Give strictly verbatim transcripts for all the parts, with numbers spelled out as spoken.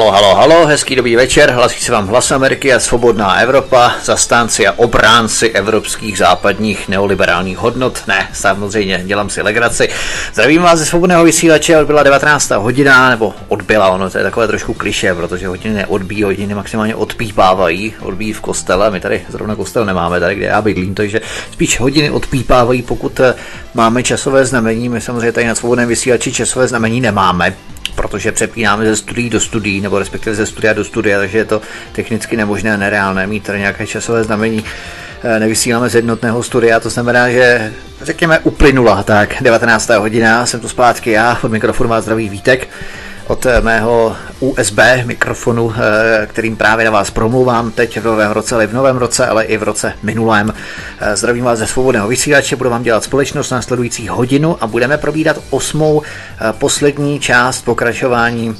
Halo, halo, halo, hezký dobrý večer, hlasí se vám Hlas Ameriky a Svobodná Evropa, zastánci a obránci evropských západních neoliberálních hodnot. Ne, samozřejmě, dělám si legraci. Zdravím vás ze Svobodného vysílače, odbyla devatenáctá hodina, nebo odbyla, ono to je takové trošku klišé, protože hodiny neodbíjí, hodiny maximálně odpípávají, odbíjí v kostele, my tady zrovna kostel nemáme, tady kde já bydlím, takže spíš hodiny odpípávají, pokud máme časové znamení, my samozřejmě tady na Svobodném vysílači časové znamení nemáme, protože přepínáme ze studií do studií, nebo respektive ze studia do studia, takže je to technicky nemožné a nereálné mít tady nějaké časové znamení. Nevysíláme z jednotného studia, to znamená, že řekněme uplynula tak devatenáctá hodina, jsem tu zpátky já, od mikrofonu vás zdraví Vítek, od mého U S B mikrofonu, kterým právě na vás promluvám teď v novém roce, ale v novém roce, ale i v roce minulém. Zdravím vás ze Svobodného vysílače, budu vám dělat společnost následující hodinu a budeme probírat osmou poslední část pokračování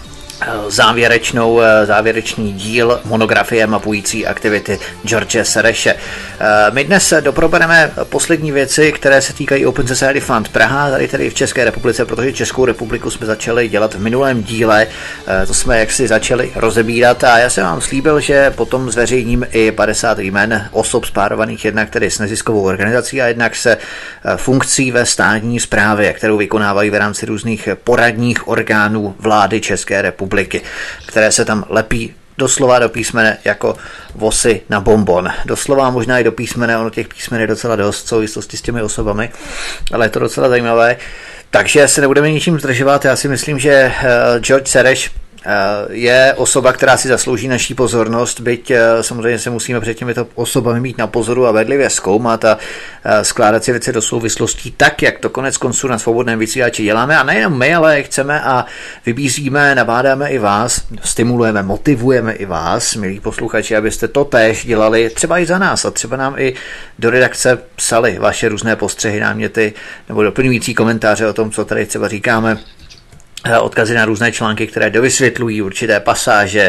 závěrečnou, závěrečný díl monografie mapující aktivity George Sereše. My dnes doprobereme poslední věci, které se týkají Open Society Fund Praha, tady tady v České republice, protože Českou republiku jsme začali dělat v minulém díle, to jsme jaksi začali rozebírat a já jsem vám slíbil, že potom zveřejním i padesát jmen osob spárovaných jednak tedy s neziskovou organizací a jednak se funkcí ve státní správě, kterou vykonávají v rámci různých poradních orgánů vlády České republiky, které se tam lepí doslova do písmene jako vosy na bonbon. Doslova možná i do písmene, ono těch písmen je docela dost v souvislosti s těmi osobami, ale je to docela zajímavé. Takže se nebudeme ničím zdržovat, já si myslím, že George Sereš je osoba, která si zaslouží naší pozornost, byť samozřejmě se musíme před těmito osobami mít na pozoru a bedlivě zkoumat a skládat si věci do souvislostí tak, jak to konec konců na Svobodném vysílači děláme a nejenom my, ale chceme a vybízíme, nabádáme i vás, stimulujeme, motivujeme i vás, milí posluchači, abyste to též dělali třeba i za nás a třeba nám i do redakce psali vaše různé postřehy, náměty nebo doplňující komentáře o tom, co tady třeba říkáme, odkazy na různé články, které dovysvětlují určité pasáže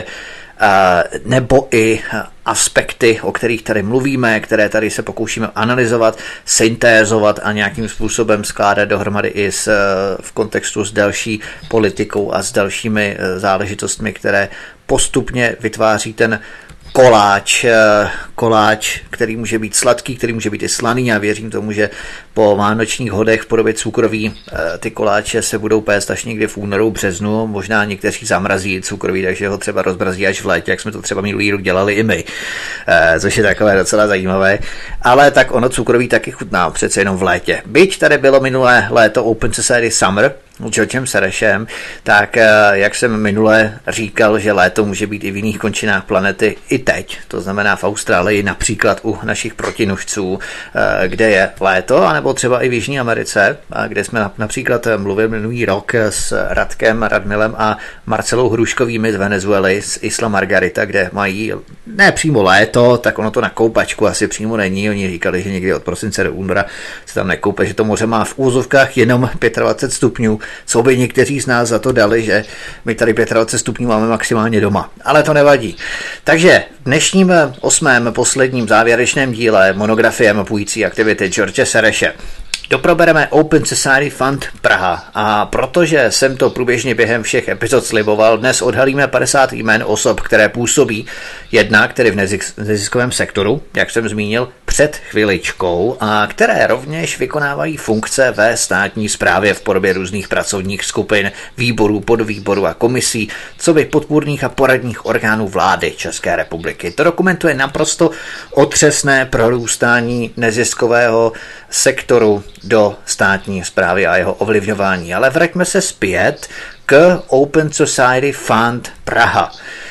nebo i aspekty, o kterých tady mluvíme, které tady se pokoušíme analyzovat, syntézovat a nějakým způsobem skládat dohromady i s, v kontextu s další politikou a s dalšími záležitostmi, které postupně vytváří ten koláč, koláč, který může být sladký, který může být i slaný a věřím tomu, že po vánočních hodech v podobě cukroví ty koláče se budou péct až někdy v únoru, březnu, možná někteří zamrazí cukroví, takže ho třeba rozmrazí až v létě, jak jsme to třeba minulý rok dělali i my, což je takové docela zajímavé, ale tak ono cukroví taky chutná přece jenom v létě. Byť tady bylo minulé léto Open Society Summer s Georgem Serešem, tak jak jsem minule říkal, že léto může být i v jiných končinách planety i teď, to znamená v Austrálii například u našich protinožců, kde je léto, anebo třeba i v Jižní Americe, kde jsme například mluvili minulý rok s Radkem Radmilem a Marcelou Hruškovými z Venezuely, z Isla Margarita, kde mají ne přímo léto, tak ono to na koupačku asi přímo není, oni říkali, že někdy od prosince do února se tam nekoupe, že to moře má v úzovkách jenom dvacet pět stupňů, co by někteří z nás za to dali, že my tady dvacet pět stupňů máme maximálně doma, ale to nevadí. Takže v dnešním osmém posledním závěrečném díle monografie mapující aktivity George Sereše doprobereme Open Society Fund Praha a protože jsem to průběžně během všech epizod sliboval, dnes odhalíme padesát jmen osob, které působí jednak tedy v neziskovém sektoru, jak jsem zmínil před chviličkou, a které rovněž vykonávají funkce ve státní správě v podobě různých pracovních skupin, výborů, podvýborů a komisí, co by podpůrných a poradních orgánů vlády České republiky. To dokumentuje naprosto otřesné prorůstání neziskového sektoru do státní správy a jeho ovlivňování. Ale vraťme se zpět k Open Society Fund Praha,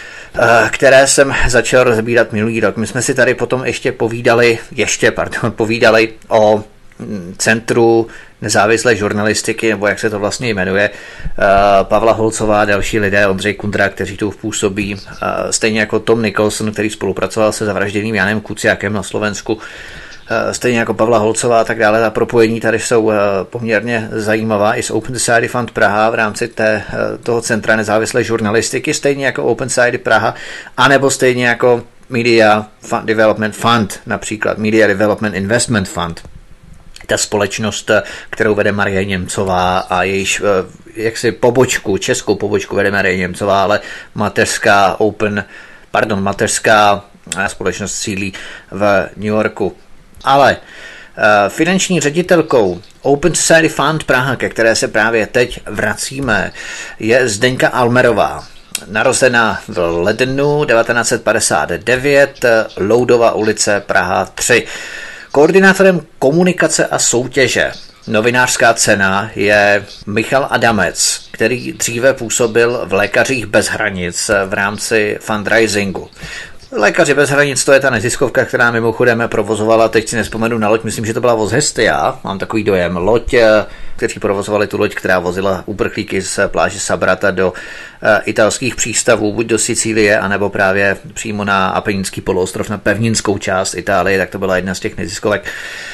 které jsem začal rozbírat minulý rok. My jsme si tady potom ještě povídali, ještě, pardon, povídali o Centru nezávislé žurnalistiky, nebo jak se to vlastně jmenuje, Pavla Holcová a další lidé, Ondřej Kundra, kteří tu působí, stejně jako Tom Nicholson, který spolupracoval se zavražděným Janem Kuciakem na Slovensku, stejně jako Pavla Holcová a tak dále. Ta propojení tady jsou poměrně zajímavá i s Open Society Fund Praha v rámci té, toho Centra nezávislé žurnalistiky, stejně jako Open Society Praha, anebo stejně jako Media Development Fund, například Media Development Investment Fund. Ta společnost, kterou vede Marie Němcová a jejíž jaksi pobočku, českou pobočku vede Marie Němcová, ale mateřská Open, pardon, mateřská společnost sídlí v New Yorku. Ale finanční ředitelkou Open Society Fund Praha, ke které se právě teď vracíme, je Zdeňka Almerová. Narozená v lednu devatenáct set padesát devět, Loudova ulice, Praha tři. Koordinátorem komunikace a soutěže novinářská cena je Michal Adamec, který dříve působil v Lékařích bez hranic v rámci fundraisingu. Lékaři bez hranic, to je ta neziskovka, která mimochodem provozovala, teď si nespomenu na loď, myslím, že to byla Voz Hestia, mám takový dojem, loď, kteří provozovali tu loď, která vozila uprchlíky z pláže Sabrata do uh, italských přístavů, buď do Sicílie, anebo právě přímo na Apeninský poloostrov, na pevninskou část Itálie, tak to byla jedna z těch neziskovek.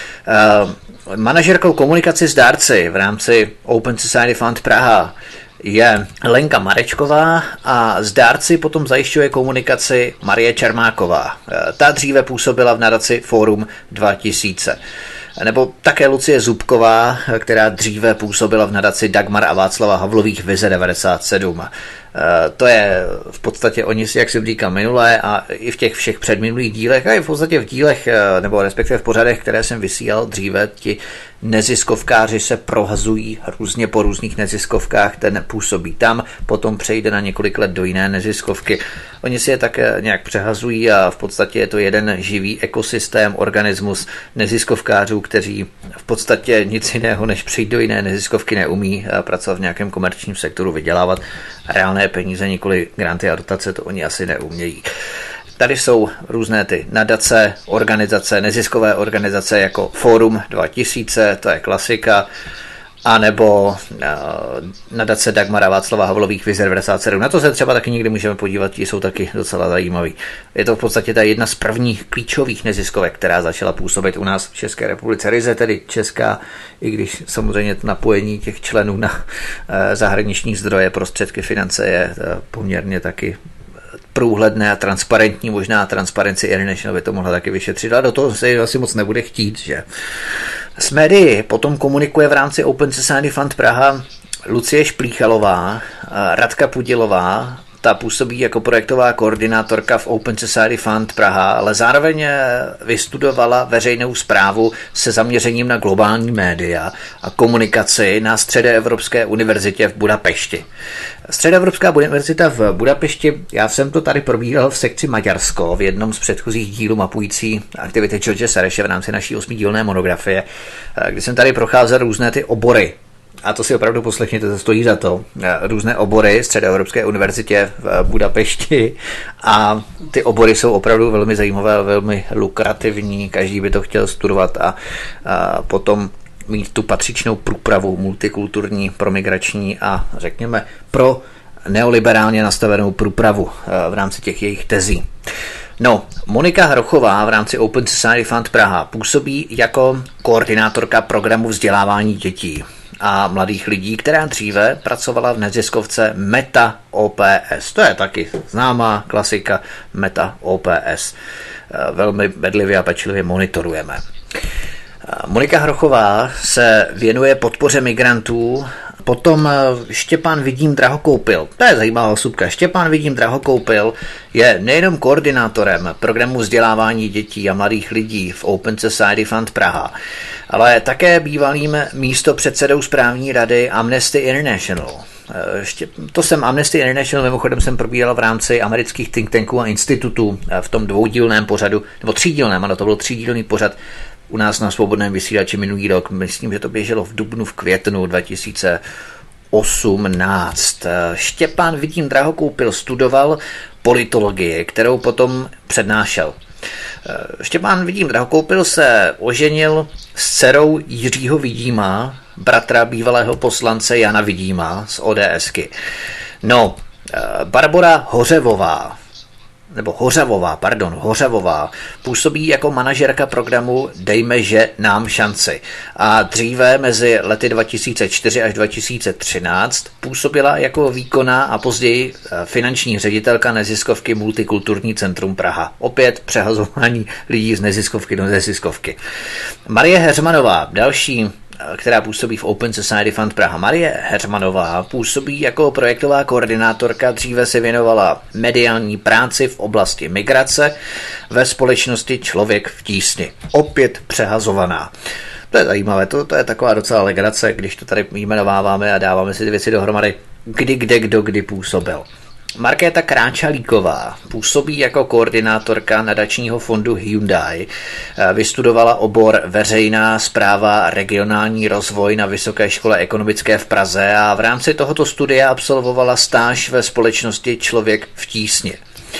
Uh, manažerkou komunikaci s dárci v rámci Open Society Fund Praha je Lenka Marečková a z dárci potom zajišťuje komunikaci Marie Čermáková. Ta dříve působila v nadaci Fórum dva tisíce. Nebo také Lucie Zubková, která dříve působila v nadaci Dagmar a Václava Havlových Vize devadesát sedm. To je v podstatě oni si, jak si říkám, minulé a i v těch všech předminulých dílech a i v podstatě v dílech, nebo respektive v pořadech, které jsem vysílal dříve, ti neziskovkáři se prohazují různě po různých neziskovkách, ten působí tam, potom přejde na několik let do jiné neziskovky. Oni si je tak nějak přehazují a v podstatě je to jeden živý ekosystém, organismus neziskovkářů, kteří v podstatě nic jiného, než přijít do jiné neziskovky neumí a pracovat v nějakém komerčním sektoru, vydělávat reálné peníze, nikoli granty a dotace, to oni asi neumějí. Tady jsou různé ty nadace, organizace, neziskové organizace jako Fórum dva tisíce, to je klasika, anebo uh, nadace Dagmara Václava Havlových Vize devadesát sedm. Na to se třeba taky někdy můžeme podívat, ti jsou taky docela zajímavý. Je to v podstatě ta jedna z prvních klíčových neziskovek, která začala působit u nás v České republice. Ryze tedy česká, i když samozřejmě to napojení těch členů na uh, zahraniční zdroje, prostředky, finance je uh, poměrně taky průhledné a transparentní, možná Transparency International by to mohla taky vyšetřit, ale do toho se asi moc nebude chtít, že? S médií potom komunikuje v rámci Open Society Fund Praha Lucie Šplíchalová, Radka Pudilová, ta působí jako projektová koordinátorka v Open Society Fund Praha, ale zároveň vystudovala veřejnou správu se zaměřením na globální média a komunikaci na Středoevropské univerzitě v Budapešti. Středoevropská univerzita v Budapešti, já jsem to tady probíral v sekci Maďarsko v jednom z předchozích dílů mapující aktivity George Sereše v rámci naší osmidílné monografie, kdy jsem tady procházel různé ty obory. A to si opravdu poslechněte, to stojí za to. Různé obory Středoevropské univerzitě v Budapešti a ty obory jsou opravdu velmi zajímavé, velmi lukrativní, každý by to chtěl studovat a, a potom mít tu patřičnou průpravu multikulturní, promigrační a řekněme pro neoliberálně nastavenou průpravu v rámci těch jejich tezí. No, Monika Hrochová v rámci Open Society Fund Praha působí jako koordinátorka programu vzdělávání dětí a mladých lidí, která dříve pracovala v neziskovce Meta O P S. To je taky známá klasika Meta O P S. Velmi bedlivě a pečlivě monitorujeme. Monika Hrochová se věnuje podpoře migrantů. Potom Štěpán Vidím Drahokoupil. To je zajímavá osobka. Štěpán Vidím Drahokoupil je nejenom koordinátorem programu vzdělávání dětí a mladých lidí v Open Society Fund Praha, ale také bývalým místopředsedou správní rady Amnesty International. To jsem Amnesty International mimochodem jsem probíral v rámci amerických think tanků a institutů v tom dvoudílném pořadu, nebo třídílném, ano, to byl třídílný pořad u nás na Svobodném vysílači minulý rok. Myslím, že to běželo v dubnu, v květnu dva tisíce osmnáct. Štěpán Vidím Drahokoupil studoval politologii, kterou potom přednášel. Štěpán Vidím Drahokoupil se oženil s dcerou Jiřího Vidíma, bratra bývalého poslance Jana Vidíma z ODSky. No, Barbora Hořevová, nebo Hořavová, pardon, Hořavová, působí jako manažerka programu Dejme že nám šanci. A dříve mezi lety dva tisíce čtyři až dva tisíce třináct působila jako výkonná a později finanční ředitelka neziskovky Multikulturní centrum Praha. Opět přehazování lidí z neziskovky do neziskovky. Marie Heřmanová, další, která působí v Open Society Fund Praha. Marie Heřmanová působí jako projektová koordinátorka, dříve se věnovala mediální práci v oblasti migrace ve společnosti Člověk v tísni. Opět přehazovaná. To je zajímavé, to, to je taková docela legrace, když to tady jmenováváme a dáváme si ty věci dohromady, kdy, kde, kdo, kdy působil. Markéta Kráčalíková působí jako koordinátorka nadačního fondu Hyundai. Vystudovala obor veřejná správa a regionální rozvoj na Vysoké škole ekonomické v Praze a v rámci tohoto studia absolvovala stáž ve společnosti Člověk v tísni.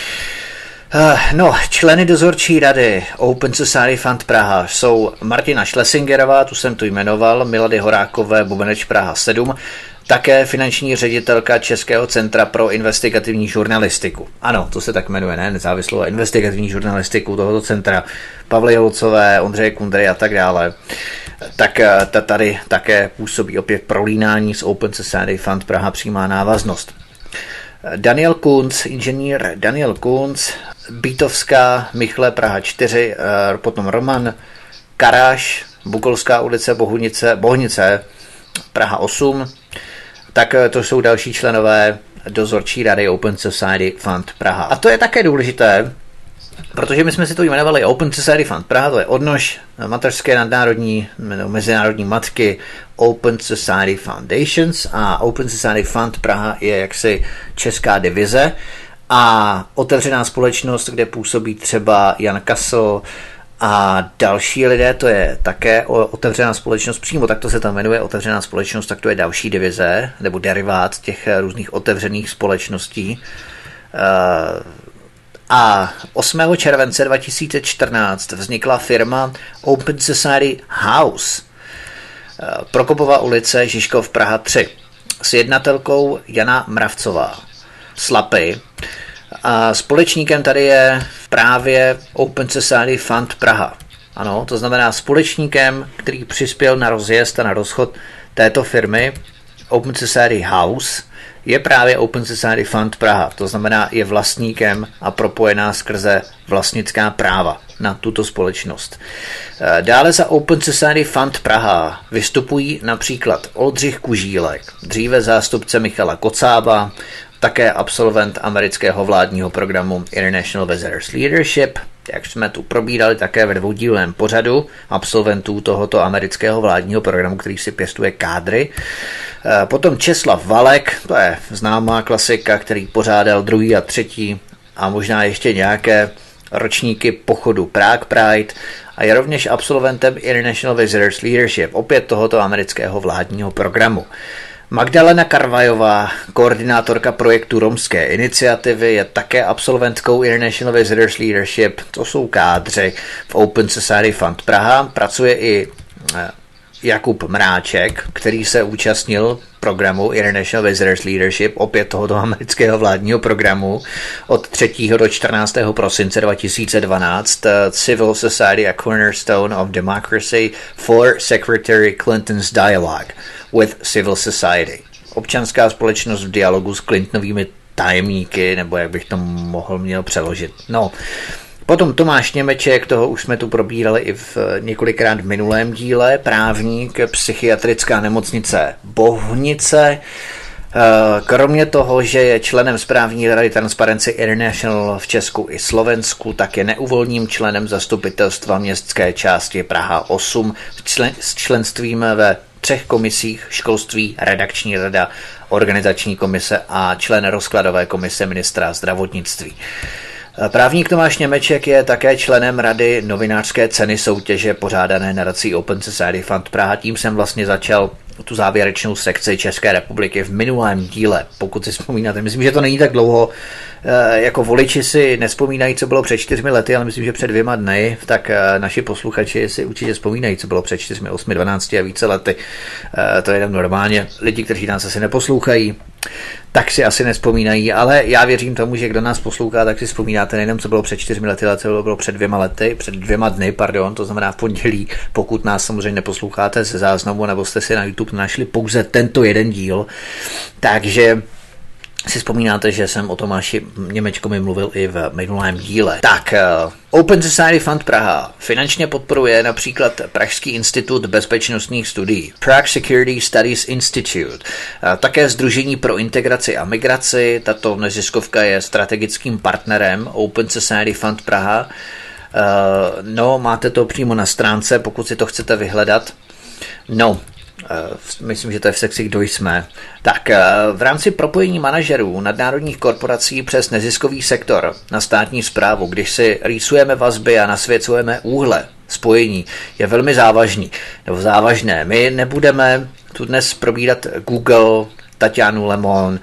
No, členy dozorčí rady Open Society Fund Praha jsou Martina Schlesingerová, tu jsem tu jmenoval, Milady Horákové, Bubeneč Praha sedm, také finanční ředitelka Českého centra pro investigativní žurnalistiku. Ano, to se tak jmenuje, ne? Nezávislou investigativní žurnalistiku tohoto centra. Pavly Holcové, Ondřeje Kundry a tak dále. Tak ta tady také působí opět prolínání s Open Society Fund Praha, přímá návaznost. Daniel Kunc, inženýr Daniel Kunc, Bítovská, Michle, Praha čtyři, potom Roman Karáš, Bukolská ulice, Bohunice, Bohnice, Praha osm, tak to jsou další členové dozorčí rady Open Society Fund Praha. A to je také důležité, protože my jsme si to jmenovali Open Society Fund Praha, to je odnož mateřské nadnárodní, mezinárodní matky Open Society Foundations a Open Society Fund Praha je jaksi česká divize a otevřená společnost, kde působí třeba Jan Kasl a další lidé, to je také otevřená společnost, přímo takto se tam jmenuje otevřená společnost, tak to je další divize, nebo derivát těch různých otevřených společností. A osmého července dva tisíce čtrnáct vznikla firma Open Society House, Prokopova ulice, Žižkov, Praha tři, s jednatelkou Jana Mravcová, Slapy. A společníkem tady je právě Open Society Fund Praha. Ano, to znamená společníkem, který přispěl na rozjezd a na rozchod této firmy Open Society House, je právě Open Society Fund Praha. To znamená, je vlastníkem a propojená skrze vlastnická práva na tuto společnost. Dále za Open Society Fund Praha vystupují například Oldřich Kužílek, dříve zástupce Michala Kocába, také absolvent amerického vládního programu International Visitors Leadership, jak jsme tu probírali také ve dvoudílném pořadu absolventů tohoto amerického vládního programu, který si pěstuje kádry. Potom Česlav Valek, to je známá klasika, který pořádal druhý a třetí a možná ještě nějaké ročníky pochodu Prague Pride a je rovněž absolventem International Visitors Leadership, opět tohoto amerického vládního programu. Magdalena Karvajová, koordinátorka projektu Romské iniciativy, je také absolventkou International Visitors Leadership, to jsou kádři v Open Society Fund Praha. Pracuje i Jakub Mráček, který se účastnil programu International Visitors Leadership, opět tohoto amerického vládního programu, od třetího do čtrnáctého prosince dva tisíce dvanáct, Civil Society a Cornerstone of Democracy for Secretary Clinton's Dialogue with Civil Society. Občanská společnost v dialogu s Clintonovými tajemníky, nebo jak bych to mohl měl přeložit. No, potom Tomáš Němeček, toho už jsme tu probírali i v několikrát v minulém díle, právník, psychiatrická nemocnice Bohnice. Kromě toho, že je členem správní rady Transparency International v Česku i Slovensku, tak je neuvolným členem zastupitelstva městské části Praha osm s členstvím ve třech komisích: školství, redakční rada, organizační komise a člen rozkladové komise ministra zdravotnictví. Právník Tomáš Němeček je také členem rady novinářské ceny soutěže pořádané nadací Open Society Fund Praha. Tím jsem vlastně začal tu závěrečnou sekci České republiky v minulém díle, pokud si vzpomínáte. Myslím, že to není tak dlouho, jako voliči si nespomínají, co bylo před čtyřmi lety, ale myslím, že před dvěma dny, tak naši posluchači si určitě vzpomínají, co bylo před čtyřmi, osmi, dvanácti a více lety. To je tam normálně. Lidi, kteří nás asi neposlouchají, tak si asi nespomínají, ale já věřím tomu, že kdo nás poslouchá, tak si vzpomínáte nejenom, co bylo před čtyřmi lety, ale co bylo před dvěma lety, před dvěma dny, pardon, to znamená v pondělí, pokud nás samozřejmě neposloucháte ze záznamu, nebo jste si na YouTube našli pouze tento jeden díl, takže si vzpomínáte, že jsem o Tomáši Němečkovi mluvil i v minulém díle. Tak, Open Society Fund Praha finančně podporuje například Pražský institut bezpečnostních studií, Prague Security Studies Institute, také Sdružení pro integraci a migraci. Tato neziskovka je strategickým partnerem Open Society Fund Praha. No, máte to přímo na stránce, pokud si to chcete vyhledat. No, myslím, že to je v sekci Kdo jsme. Tak, v rámci propojení manažerů nadnárodních korporací přes neziskový sektor na státní správu, když si rýsujeme vazby a nasvěcujeme úhle spojení, je velmi závažný, nebo závažné. My nebudeme tu dnes probírat Google, Tatianu Lemon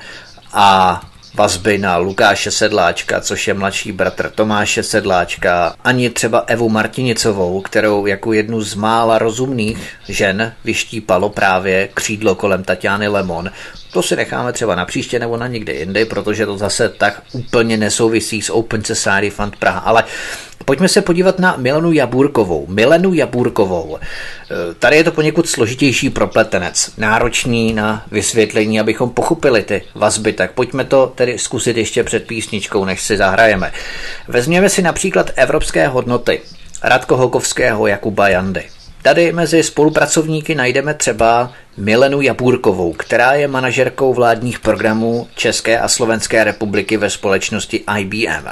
a vazby na Lukáše Sedláčka, což je mladší bratr Tomáše Sedláčka, ani třeba Evu Martinicovou, kterou jako jednu z mála rozumných žen vyštípalo právě křídlo kolem Tatiany Lemon. To si necháme třeba na příště nebo na někde jindy, protože to zase tak úplně nesouvisí s Open Society Fund Praha. Ale pojďme se podívat na Milenu Jabůrkovou. Milenu Jabůrkovou. Tady je to poněkud složitější propletenec, náročný na vysvětlení, abychom pochopili ty vazby, tak pojďme to tedy zkusit ještě před písničkou, než si zahrajeme. Vezměme si například evropské hodnoty Radko Hokovského, Jakuba Jandy. Tady mezi spolupracovníky najdeme třeba Milenu Jabůrkovou, která je manažerkou vládních programů České a Slovenské republiky ve společnosti I B M.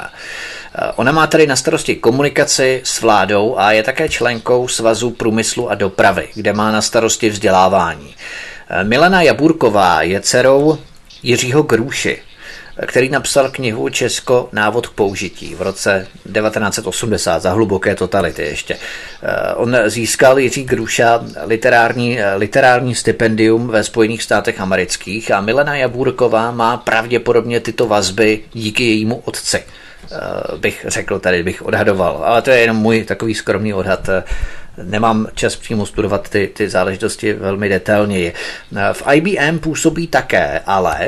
Ona má tady na starosti komunikaci s vládou a je také členkou Svazu průmyslu a dopravy, kde má na starosti vzdělávání. Milena Jabůrková je dcerou Jiřího Grůši, který napsal knihu Česko návod k použití v roce devatenáct set osmdesát za hluboké totality ještě. On získal Jiří Grůša literární, literární stipendium ve Spojených státech amerických a Milena Jabůrková má pravděpodobně tyto vazby díky jejímu otci. Bych řekl, tady bych odhadoval, ale to je jenom můj takový skromný odhad. Nemám čas přímo studovat ty, ty záležitosti velmi detailněji. V I B M působí také, ale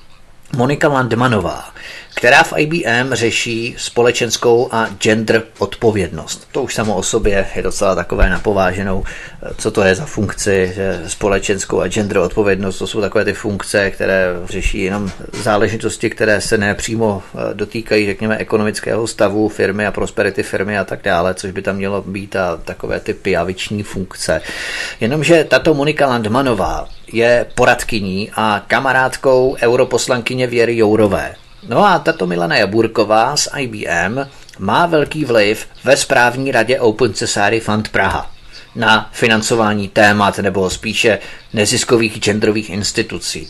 Monika Landmanová, která v I B M řeší společenskou a gender odpovědnost. To už samo o sobě je docela takové napováženou, co to je za funkci, že společenskou a gender odpovědnost, to jsou takové ty funkce, které řeší jenom záležitosti, které se nepřímo dotýkají, řekněme, ekonomického stavu firmy a prosperity firmy a tak dále, což by tam mělo být a takové ty pijaviční funkce. Jenomže tato Monika Landmanová je poradkyní a kamarádkou europoslankyně Věry Jourové. No a tato Milena Jabůrková z I B M má velký vliv ve správní radě Open Society Fund Praha na financování témat nebo spíše neziskových genderových institucí.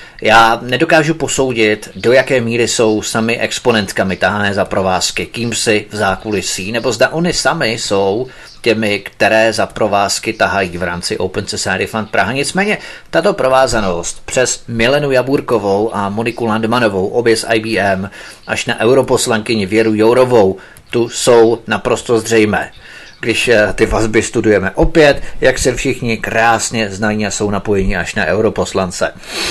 Já nedokážu posoudit, do jaké míry jsou sami exponentkami tahané za provázky, kým si v zákulisí, nebo zda oni sami jsou těmi, které za provázky tahají v rámci Open Society Fund Praha. Nicméně tato provázanost přes Milenu Jabůrkovou a Moniku Landmanovou, obě z I B M, až na europoslankyni Věru Jourovou, tu jsou naprosto zřejmé. Když ty vazby studujeme opět, jak se všichni krásně znají a jsou napojeni až na europoslance.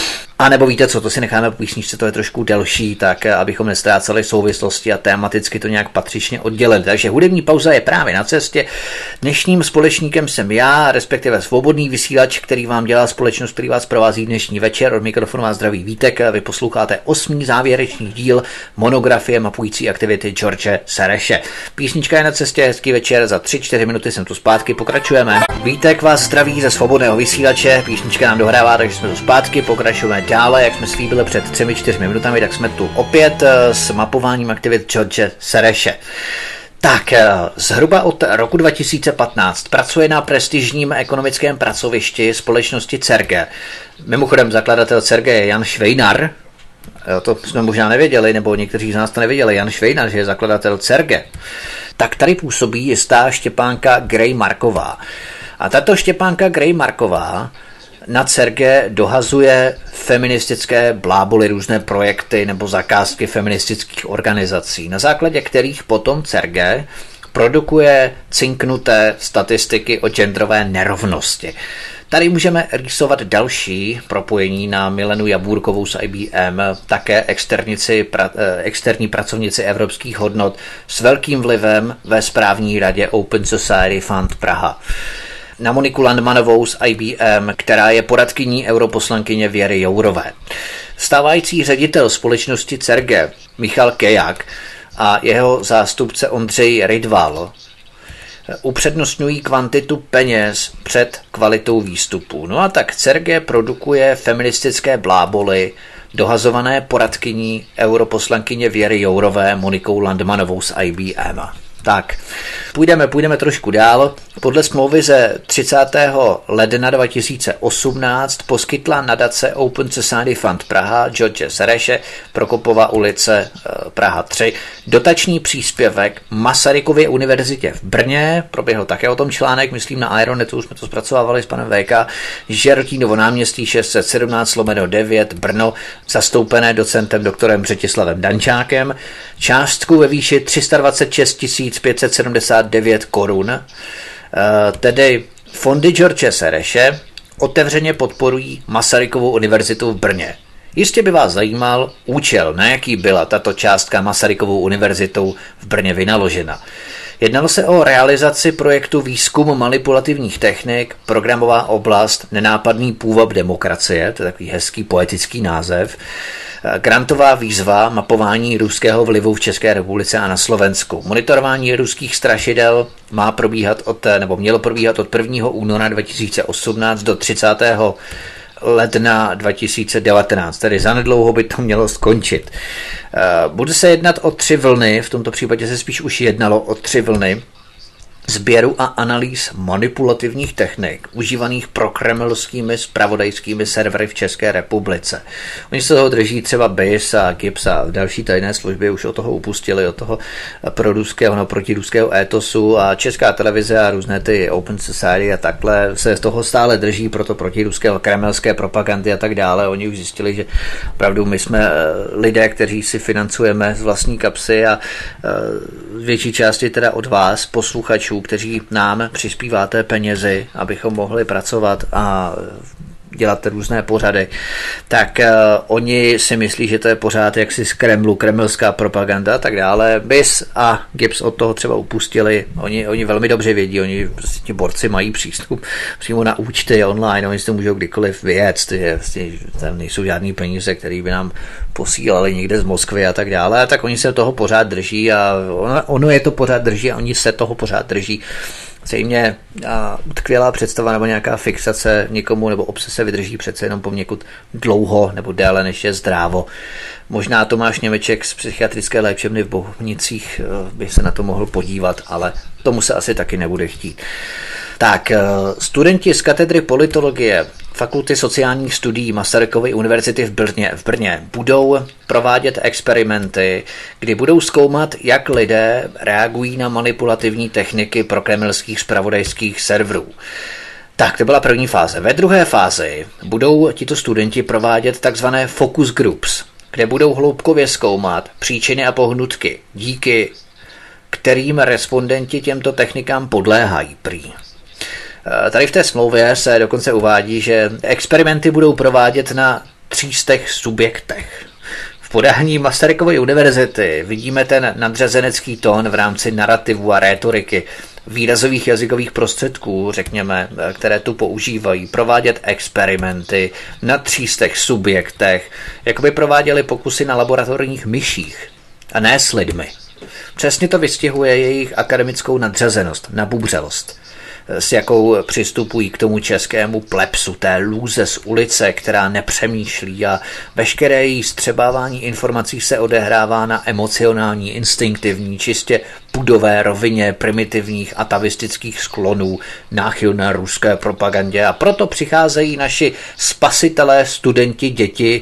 A nebo víte co, to si necháme po písničce, to je trošku delší, tak abychom nestráceli souvislosti a tematicky to nějak patřičně oddělili. Takže hudební pauza je právě na cestě. Dnešním společníkem jsem já, respektive svobodný vysílač, který vám dělá společnost, který vás provází dnešní večer. Od mikrofonu vás zdraví Vítek. Vy posloucháte osmý závěrečný díl monografie mapující aktivity George Sereše. Písnička je na cestě, hezký večer, za tři čtyři minuty jsem tu zpátky, pokračujeme. Vítek vás zdraví ze svobodného vysílače, písnička nám dohrává, takže jsme tu zpátky, pokračujeme dále, jak jsme slíbili před třemi čtyřmi minutami, tak jsme tu opět s mapováním aktivit George Sereše. Tak, zhruba od roku dva tisíce patnáct pracuje na prestižním ekonomickém pracovišti společnosti Cerge. Mimochodem zakladatel Cerge je Jan Švejnar, to jsme možná nevěděli, nebo někteří z nás to nevěděli, Jan Švejnar, že je zakladatel Cerge. Tak tady působí jistá Štěpánka Gray Marková. A tato Štěpánka Gray Marková na Cerge dohazuje feministické bláboly, různé projekty nebo zakázky feministických organizací, na základě kterých potom Cerge produkuje cinknuté statistiky o genderové nerovnosti. Tady můžeme rýsovat další propojení na Milenu Jaburkovou z I B M, také externici, pra, externí pracovnici evropských hodnot s velkým vlivem ve správní radě Open Society Fund Praha. Na Moniku Landmanovou z I B M, která je poradkyní europoslankyně Věry Jourové. Stávající ředitel společnosti Cerge Michal Kejak a jeho zástupce Ondřej Rydval upřednostňují kvantitu peněz před kvalitou výstupu. No a tak Cerge produkuje feministické bláboly, dohazované poradkyní europoslankyně Věry Jourové Monikou Landmanovou z I B M. Tak, půjdeme, půjdeme trošku dál. Podle smlouvy ze třicátého ledna dva tisíce osmnáct poskytla nadace Open Society Fund Praha George Sereše, Prokopova ulice Praha tři, dotační příspěvek Masarykově univerzitě v Brně, proběhl také o tom článek, myslím na Aeronetu, jsme to zpracovávali s panem V K, Žerotínovo náměstí šest set sedmnáct lomeno devět Brno, zastoupené docentem doktorem Břetislavem Dančákem, částku ve výši tři sta dvacet šest tisíc pět set sedmdesát devět korun, tedy fondy George Sereše otevřeně podporují Masarykovu univerzitu v Brně. Jistě by vás zajímal účel, na jaký byla tato částka Masarykovou univerzitou v Brně vynaložena. Jednalo se o realizaci projektu Výzkum manipulativních technik, programová oblast Nenápadný půvab demokracie, to je takový hezký poetický název, grantová výzva mapování ruského vlivu v České republice a na Slovensku. Monitorování ruských strašidel má probíhat od, nebo mělo probíhat od prvního února dva tisíce osmnáct do třicátého ledna dva tisíce devatenáct, tedy zanedlouho by to mělo skončit. Bude se jednat o tři vlny, v tomto případě se spíš už jednalo o tři vlny sběru a analýz manipulativních technik užívaných prokremelskými zpravodajskými servery v České republice. Oni se toho drží třeba B I S a G I B S a další tajné služby už od toho upustili, od toho proruského, no protiruského étosu a Česká televize a různé ty Open Society a takhle se z toho stále drží, proto protiruského kremelské propagandy a tak dále. Oni už zjistili, že opravdu my jsme lidé, kteří si financujeme z vlastní kapsy a z větší části teda od vás, posluchačů, kteří nám přispíváte penězi, abychom mohli pracovat a dělat různé pořady, tak uh, oni si myslí, že to je pořád jaksi z Kremlu, kremelská propaganda a tak dále. B I S a G I B S od toho třeba upustili. Oni, oni velmi dobře vědí, oni prostě ti borci mají přístup přímo na účty online, oni si to můžou kdykoliv vyjet, že vlastně tam nejsou žádný peníze, které by nám posílali někde z Moskvy a tak dále, a tak oni se toho pořád drží a ono, ono je to pořád drží a oni se toho pořád drží. Zřejmě utkvělá představa nebo nějaká fixace někomu nebo obsese vydrží přece jenom poněkud dlouho nebo déle, než je zdrávo. Možná Tomáš Němeček z psychiatrické léčebny v Bohnicích by se na to mohl podívat, ale tomu se asi taky nebude chtít. Tak, studenti z katedry politologie Fakulty sociálních studií Masarykovy univerzity v Brně, v Brně budou provádět experimenty, kdy budou zkoumat, jak lidé reagují na manipulativní techniky prokremelských zpravodajských serverů. Tak, to byla první fáze. Ve druhé fázi budou tito studenti provádět takzvané focus groups, kde budou hloubkově zkoumat příčiny a pohnutky, díky kterým respondenti těmto technikám podléhají prý. Tady v té smlouvě se dokonce uvádí, že experimenty budou provádět na třístech subjektech. V podání Masarykovy univerzity vidíme ten nadřazenecký tón v rámci narrativu a rétoriky, výrazových jazykových prostředků, řekněme, které tu používají, provádět experimenty na třístech subjektech, jako by prováděli pokusy na laboratorních myších a ne s lidmi. Přesně to vystihuje jejich akademickou nadřazenost, nabubřelost, s jakou přistupují k tomu českému plepsu, té lůze z ulice, která nepřemýšlí a veškeré její střebávání informací se odehrává na emocionální, instinktivní, čistě pudové rovině primitivních atavistických sklonů, náchylné ruské propagandě a proto přicházejí naši spasitelé, studenti, děti,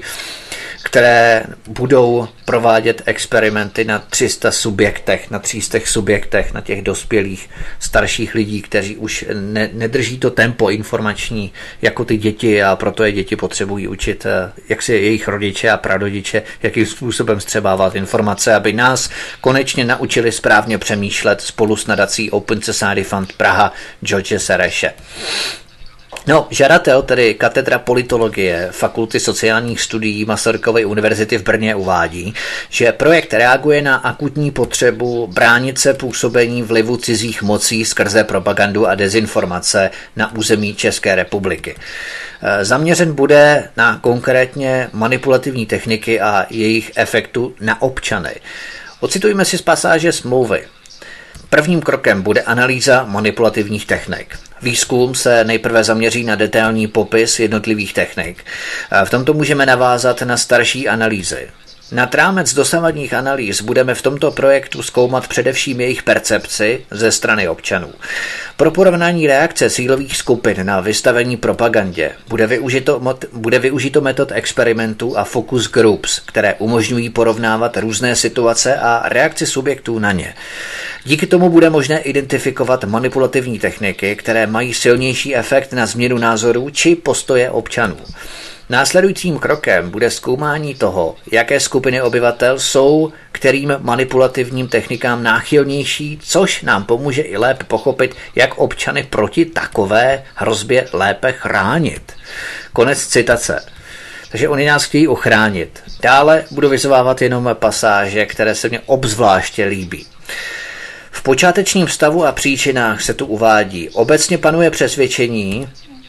které budou provádět experimenty na tři sta subjektech, na třístech subjektech, na těch dospělých starších lidí, kteří už ne, nedrží to tempo informační jako ty děti a proto je děti potřebují učit, jak si jejich rodiče a prarodiče, jakým způsobem střebávat informace, aby nás konečně naučili správně přemýšlet spolu s nadací Open Society Fund Praha George Sereše. No, žadatel, tedy katedra politologie Fakulty sociálních studií Masarykovy univerzity v Brně uvádí, že projekt reaguje na akutní potřebu bránit se působení vlivu cizích mocí skrze propagandu a dezinformace na území České republiky. Zaměřen bude na konkrétně manipulativní techniky a jejich efektu na občany. Ocitujme si z pasáže smlouvy. Prvním krokem bude analýza manipulativních technik. Výzkum se nejprve zaměří na detailní popis jednotlivých technik. V tomto můžeme navázat na starší analýzy. Nad rámec dosavadních analýz budeme v tomto projektu zkoumat především jejich percepci ze strany občanů. Pro porovnání reakce cílových skupin na vystavení propagandě bude využito, bude využito metod experimentů a focus groups, které umožňují porovnávat různé situace a reakci subjektů na ně. Díky tomu bude možné identifikovat manipulativní techniky, které mají silnější efekt na změnu názorů či postoje občanů. Následujícím krokem bude zkoumání toho, jaké skupiny obyvatel jsou kterým manipulativním technikám náchylnější, což nám pomůže i lépe pochopit, jak občany proti takové hrozbě lépe chránit. Konec citace. Takže oni nás chtějí ochránit. Dále budu vyzvávat jenom pasáže, které se mně obzvláště líbí. V počátečním stavu a příčinách se tu uvádí: obecně panuje přesvědčení,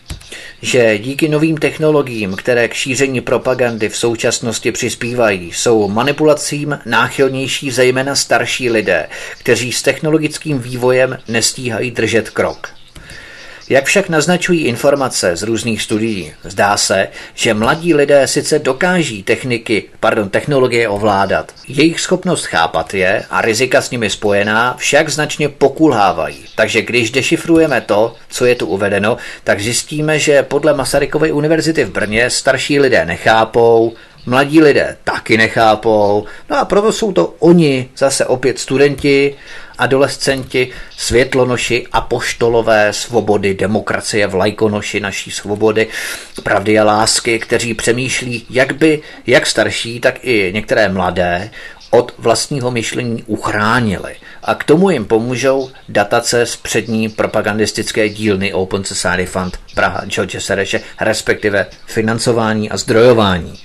že díky novým technologiím, které k šíření propagandy v současnosti přispívají, jsou manipulacím náchylnější zejména starší lidé, kteří s technologickým vývojem nestíhají držet krok. Jak však naznačují informace z různých studií, zdá se, že mladí lidé sice dokáží techniky, pardon, technologie ovládat. Jejich schopnost chápat je a rizika s nimi spojená však značně pokulhávají. Takže když dešifrujeme to, co je tu uvedeno, tak zjistíme, že podle Masarykovy univerzity v Brně starší lidé nechápou, mladí lidé taky nechápou, no a proto jsou to oni, zase opět studenti, adolescenti, světlonoši, apoštolové svobody, demokracie, vlajkonoši naší svobody, pravdy a lásky, kteří přemýšlí, jak by jak starší, tak i některé mladé od vlastního myšlení uchránili. A k tomu jim pomůžou datace z přední propagandistické dílny Open Society Fund Praha George Sereše, respektive financování a zdrojování.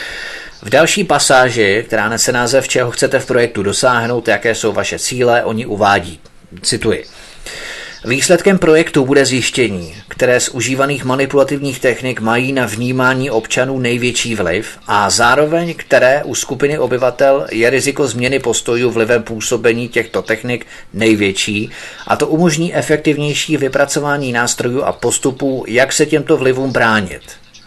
V další pasáži, která nese název Čeho chcete v projektu dosáhnout, jaké jsou vaše cíle, oni uvádí, cituji: výsledkem projektu bude zjištění, které z užívaných manipulativních technik mají na vnímání občanů největší vliv a zároveň které u skupiny obyvatel je riziko změny postojů vlivem působení těchto technik největší, a to umožní efektivnější vypracování nástrojů a postupů, jak se těmto vlivům bránit.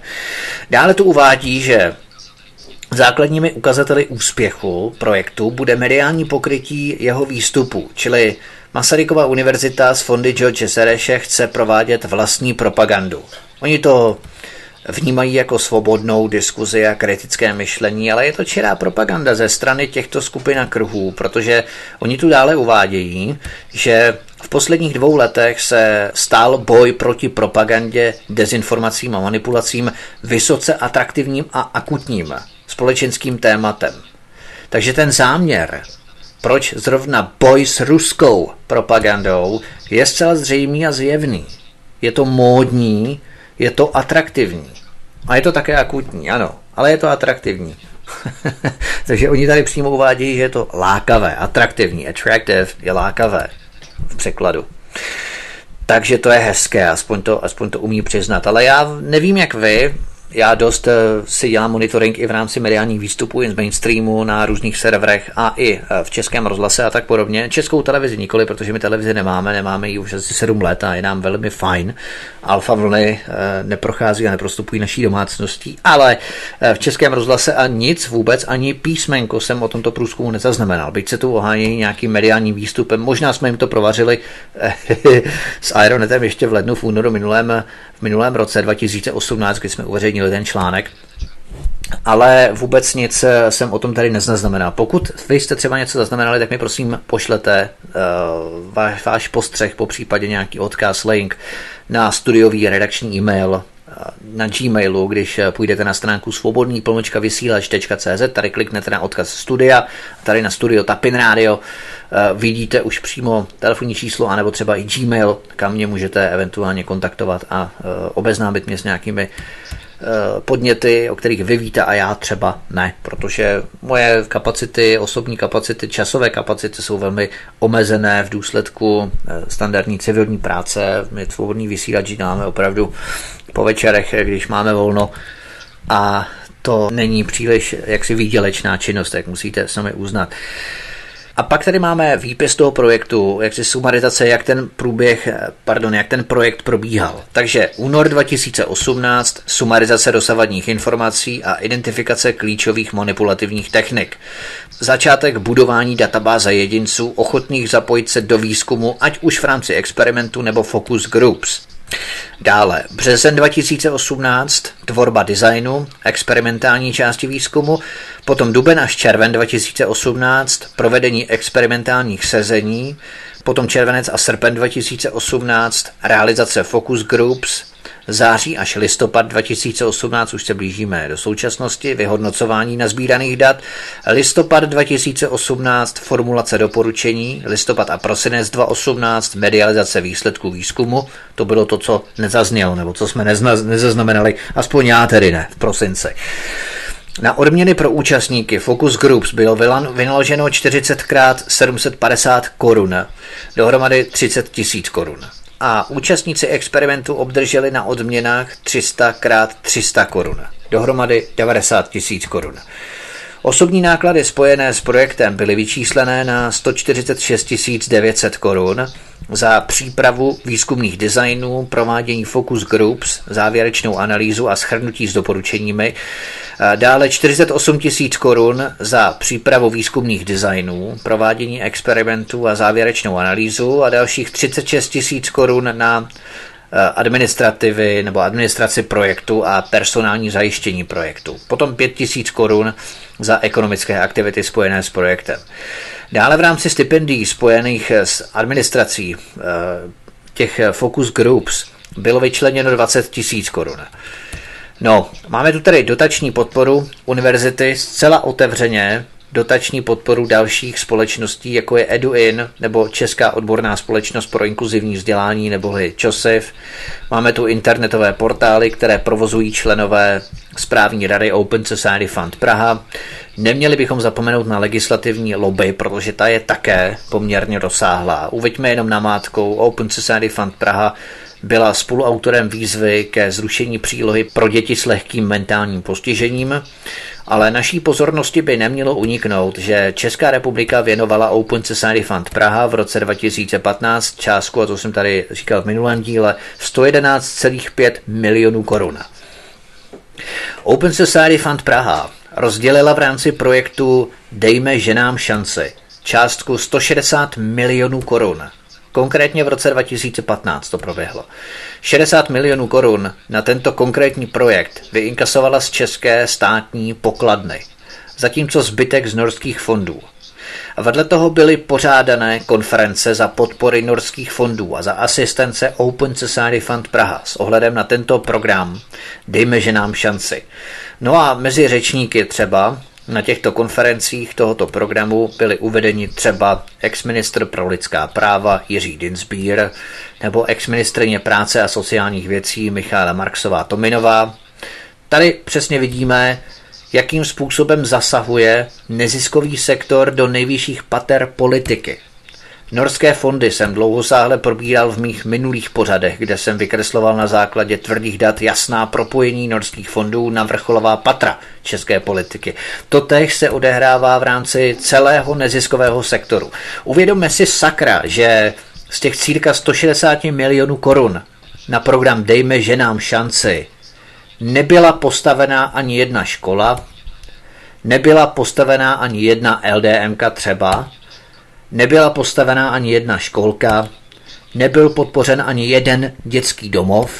Dále tu uvádí, že základními ukazateli úspěchu projektu bude mediální pokrytí jeho výstupu, čili Masarykova univerzita s fondy George Sereše chce provádět vlastní propagandu. Oni to vnímají jako svobodnou diskuzi a kritické myšlení, ale je to čirá propaganda ze strany těchto skupin a kruhů, protože oni tu dále uvádějí, že v posledních dvou letech se stál boj proti propagandě, dezinformacím a manipulacím vysoce atraktivním a akutním společenským tématem. Takže ten záměr, proč zrovna boj s ruskou propagandou, je zcela zřejmý a zjevný. Je to módní, je to atraktivní. A je to také akutní, ano, ale je to atraktivní. Takže oni tady přímo uvádějí, že je to lákavé, atraktivní, attractive je lákavé v překladu. Takže to je hezké, aspoň to, aspoň to umí přiznat. Ale já nevím, jak vy, já dost si dělám monitoring i v rámci mediálních výstupů jen z mainstreamu na různých serverech a i v Českém rozhlase a tak podobně. Českou televizi nikoli, protože my televizi nemáme, nemáme ji už asi sedm let a je nám velmi fajn. Alfa vlny neprochází a neprostupují naší domácností, ale v Českém rozhlase a nic vůbec, ani písmenko jsem o tomto průzkumu nezaznamenal. Byť se tu ohánějí nějakým mediálním výstupem, možná jsme jim to provařili s Aeronetem ještě v lednu, v únoru minulém, v minulém roce dva tisíce osmnáct, kdy jsme uveřejnili ten článek, ale vůbec nic jsem o tom tady nezaznamenal. Pokud vy jste třeba něco zaznamenali, tak mi prosím pošlete uh, váš, váš postřeh, po případě nějaký odkaz, link na studiový redakční e-mail na Gmailu, když půjdete na stránku svobodný pomlčka vysílač tečka cé zet, tady kliknete na odkaz studia, tady na studio Tapin Radio, vidíte už přímo telefonní číslo, anebo třeba i Gmail, kam mě můžete eventuálně kontaktovat a obeznámit mě s nějakými podněty, o kterých vy víte a já třeba ne, protože moje kapacity, osobní kapacity, časové kapacity jsou velmi omezené v důsledku standardní civilní práce. My svobodný vysílač děláme opravdu po večerech, když máme volno a to není příliš jaksi výdělečná činnost, jak musíte sami uznat. A pak tady máme výpis toho projektu, jak si sumarizace, jak ten průběh, pardon, jak ten projekt probíhal. Takže únor dva tisíce osmnáct, sumarizace dosavadních informací a identifikace klíčových manipulativních technik. Začátek budování databáze jedinců ochotných zapojit se do výzkumu, ať už v rámci experimentu nebo focus groups. Dále, březen dva tisíce osmnáct, tvorba designu, experimentální části výzkumu, potom duben až červen dva tisíce osmnáct, provedení experimentálních sezení, potom červenec a srpen dva tisíce osmnáct, realizace focus groups, září až listopad dva tisíce osmnáct, už se blížíme do současnosti, vyhodnocování nazbíraných dat, listopad dva tisíce osmnáct, formulace doporučení, listopad a prosinec dva tisíce osmnáct, medializace výsledků výzkumu, to bylo to, co nezaznělo, nebo co jsme nezna, nezaznamenali, aspoň já tedy ne, v prosinci. Na odměny pro účastníky Focus Groups bylo vynaloženo čtyřicet krát sedm set padesát korun, dohromady třicet tisíc korun. A účastníci experimentu obdrželi na odměnách tři sta krát tři sta korun, dohromady devadesát tisíc korun. Osobní náklady spojené s projektem byly vyčíslené na sto čtyřicet šest tisíc devět set korun za přípravu výzkumných designů, provádění focus groups, závěrečnou analýzu a shrnutí s doporučeními. Dále čtyřicet osm tisíc korun za přípravu výzkumných designů, provádění experimentů a závěrečnou analýzu a dalších třicet šest tisíc korun na administrativy nebo administraci projektu a personální zajištění projektu. Potom pět tisíc korun za ekonomické aktivity spojené s projektem. Dále v rámci stipendií spojených s administrací těch focus groups bylo vyčleněno dvacet tisíc korun. No, máme tu tedy dotační podporu univerzity zcela otevřeně, dotační podporu dalších společností, jako je EduIn nebo Česká odborná společnost pro inkluzivní vzdělání neboli ČOSIV. Máme tu internetové portály, které provozují členové správní rady Open Society Fund Praha. Neměli bychom zapomenout na legislativní lobby, protože ta je také poměrně rozsáhlá. Uveďme jenom namátkou, Open Society Fund Praha byla spoluautorem výzvy ke zrušení přílohy pro děti s lehkým mentálním postižením, ale naší pozornosti by nemělo uniknout, že Česká republika věnovala Open Society Fund Praha v roce dva tisíce patnáct částku, a to jsem tady říkal v minulém díle, sto jedenáct celá pět milionů korun. Open Society Fund Praha rozdělila v rámci projektu Dejme ženám šanci částku sto šedesát milionů korun. Konkrétně v roce dva tisíce patnáct to proběhlo. šedesát milionů korun na tento konkrétní projekt vyinkasovala z české státní pokladny, zatímco zbytek z norských fondů. A vedle toho byly pořádané konference za podpory norských fondů a za asistence Open Society Fund Praha s ohledem na tento program Dejme ženám šanci. No a mezi řečníky třeba na těchto konferencích tohoto programu byli uvedeni třeba exministr pro lidská práva Jiří Dienstbier nebo exministryně práce a sociálních věcí Michaela Marksová-Tominová. Tady přesně vidíme, jakým způsobem zasahuje neziskový sektor do nejvyšších pater politiky. Norské fondy jsem dlouhosáhle probíral v mých minulých pořadech, kde jsem vykresloval na základě tvrdých dat jasná propojení norských fondů na vrcholová patra české politiky. Totéž se odehrává v rámci celého neziskového sektoru. Uvědomme si sakra, že z těch círka sto šedesát milionů korun na program Dejme ženám šanci nebyla postavená ani jedna škola, nebyla postavená ani jedna el dé emka třeba, nebyla postavená ani jedna školka, nebyl podpořen ani jeden dětský domov,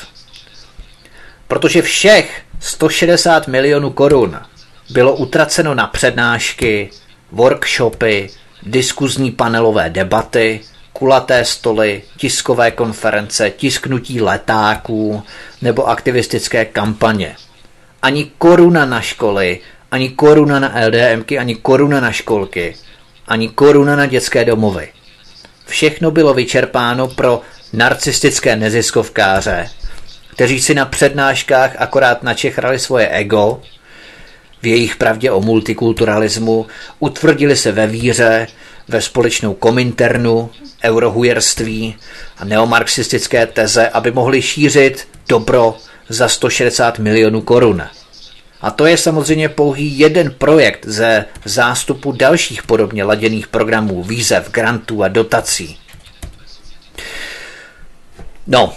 protože všech sto šedesát milionů korun bylo utraceno na přednášky, workshopy, diskuzní panelové debaty, kulaté stoly, tiskové konference, tisknutí letáků nebo aktivistické kampaně. Ani koruna na školy, ani koruna na LDMky, ani koruna na školky, ani koruna na dětské domovy. Všechno bylo vyčerpáno pro narcistické neziskovkáře, kteří si na přednáškách akorát načechrali svoje ego, v jejich pravdě o multikulturalismu, utvrdili se ve víře, ve společnou kominternu, eurohujerství a neomarxistické teze, aby mohli šířit dobro za sto šedesát milionů korun. A to je samozřejmě pouhý jeden projekt ze zástupu dalších podobně laděných programů, výzev, grantů a dotací. No,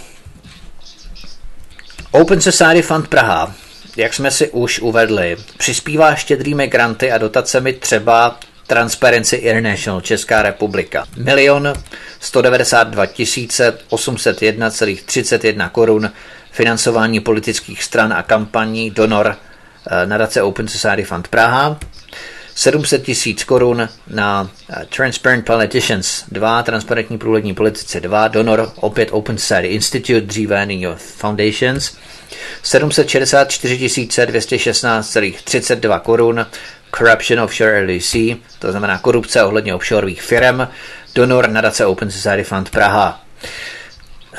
Open Society Fund Praha, jak jsme si už uvedli, přispívá štědrými granty a dotacemi třeba Transparency International Česká republika. Milion sto devadesát dva tisíce osm set jedna celá třicet jedna korun financování politických stran a kampaní, donor nadace Open Society Fund Praha. sedm set tisíc korun na Transparent Politicians dva, transparentní průhlední politici dva, donor opět Open Society Institute, dříve nyní Foundations. sedm set šedesát čtyři tisíce dvě stě šestnáct celá třicet dva korun Corruption Offshore L L C, to znamená korupce ohledně offshoreových firm, donor nadace Open Society Fund Praha. Uh,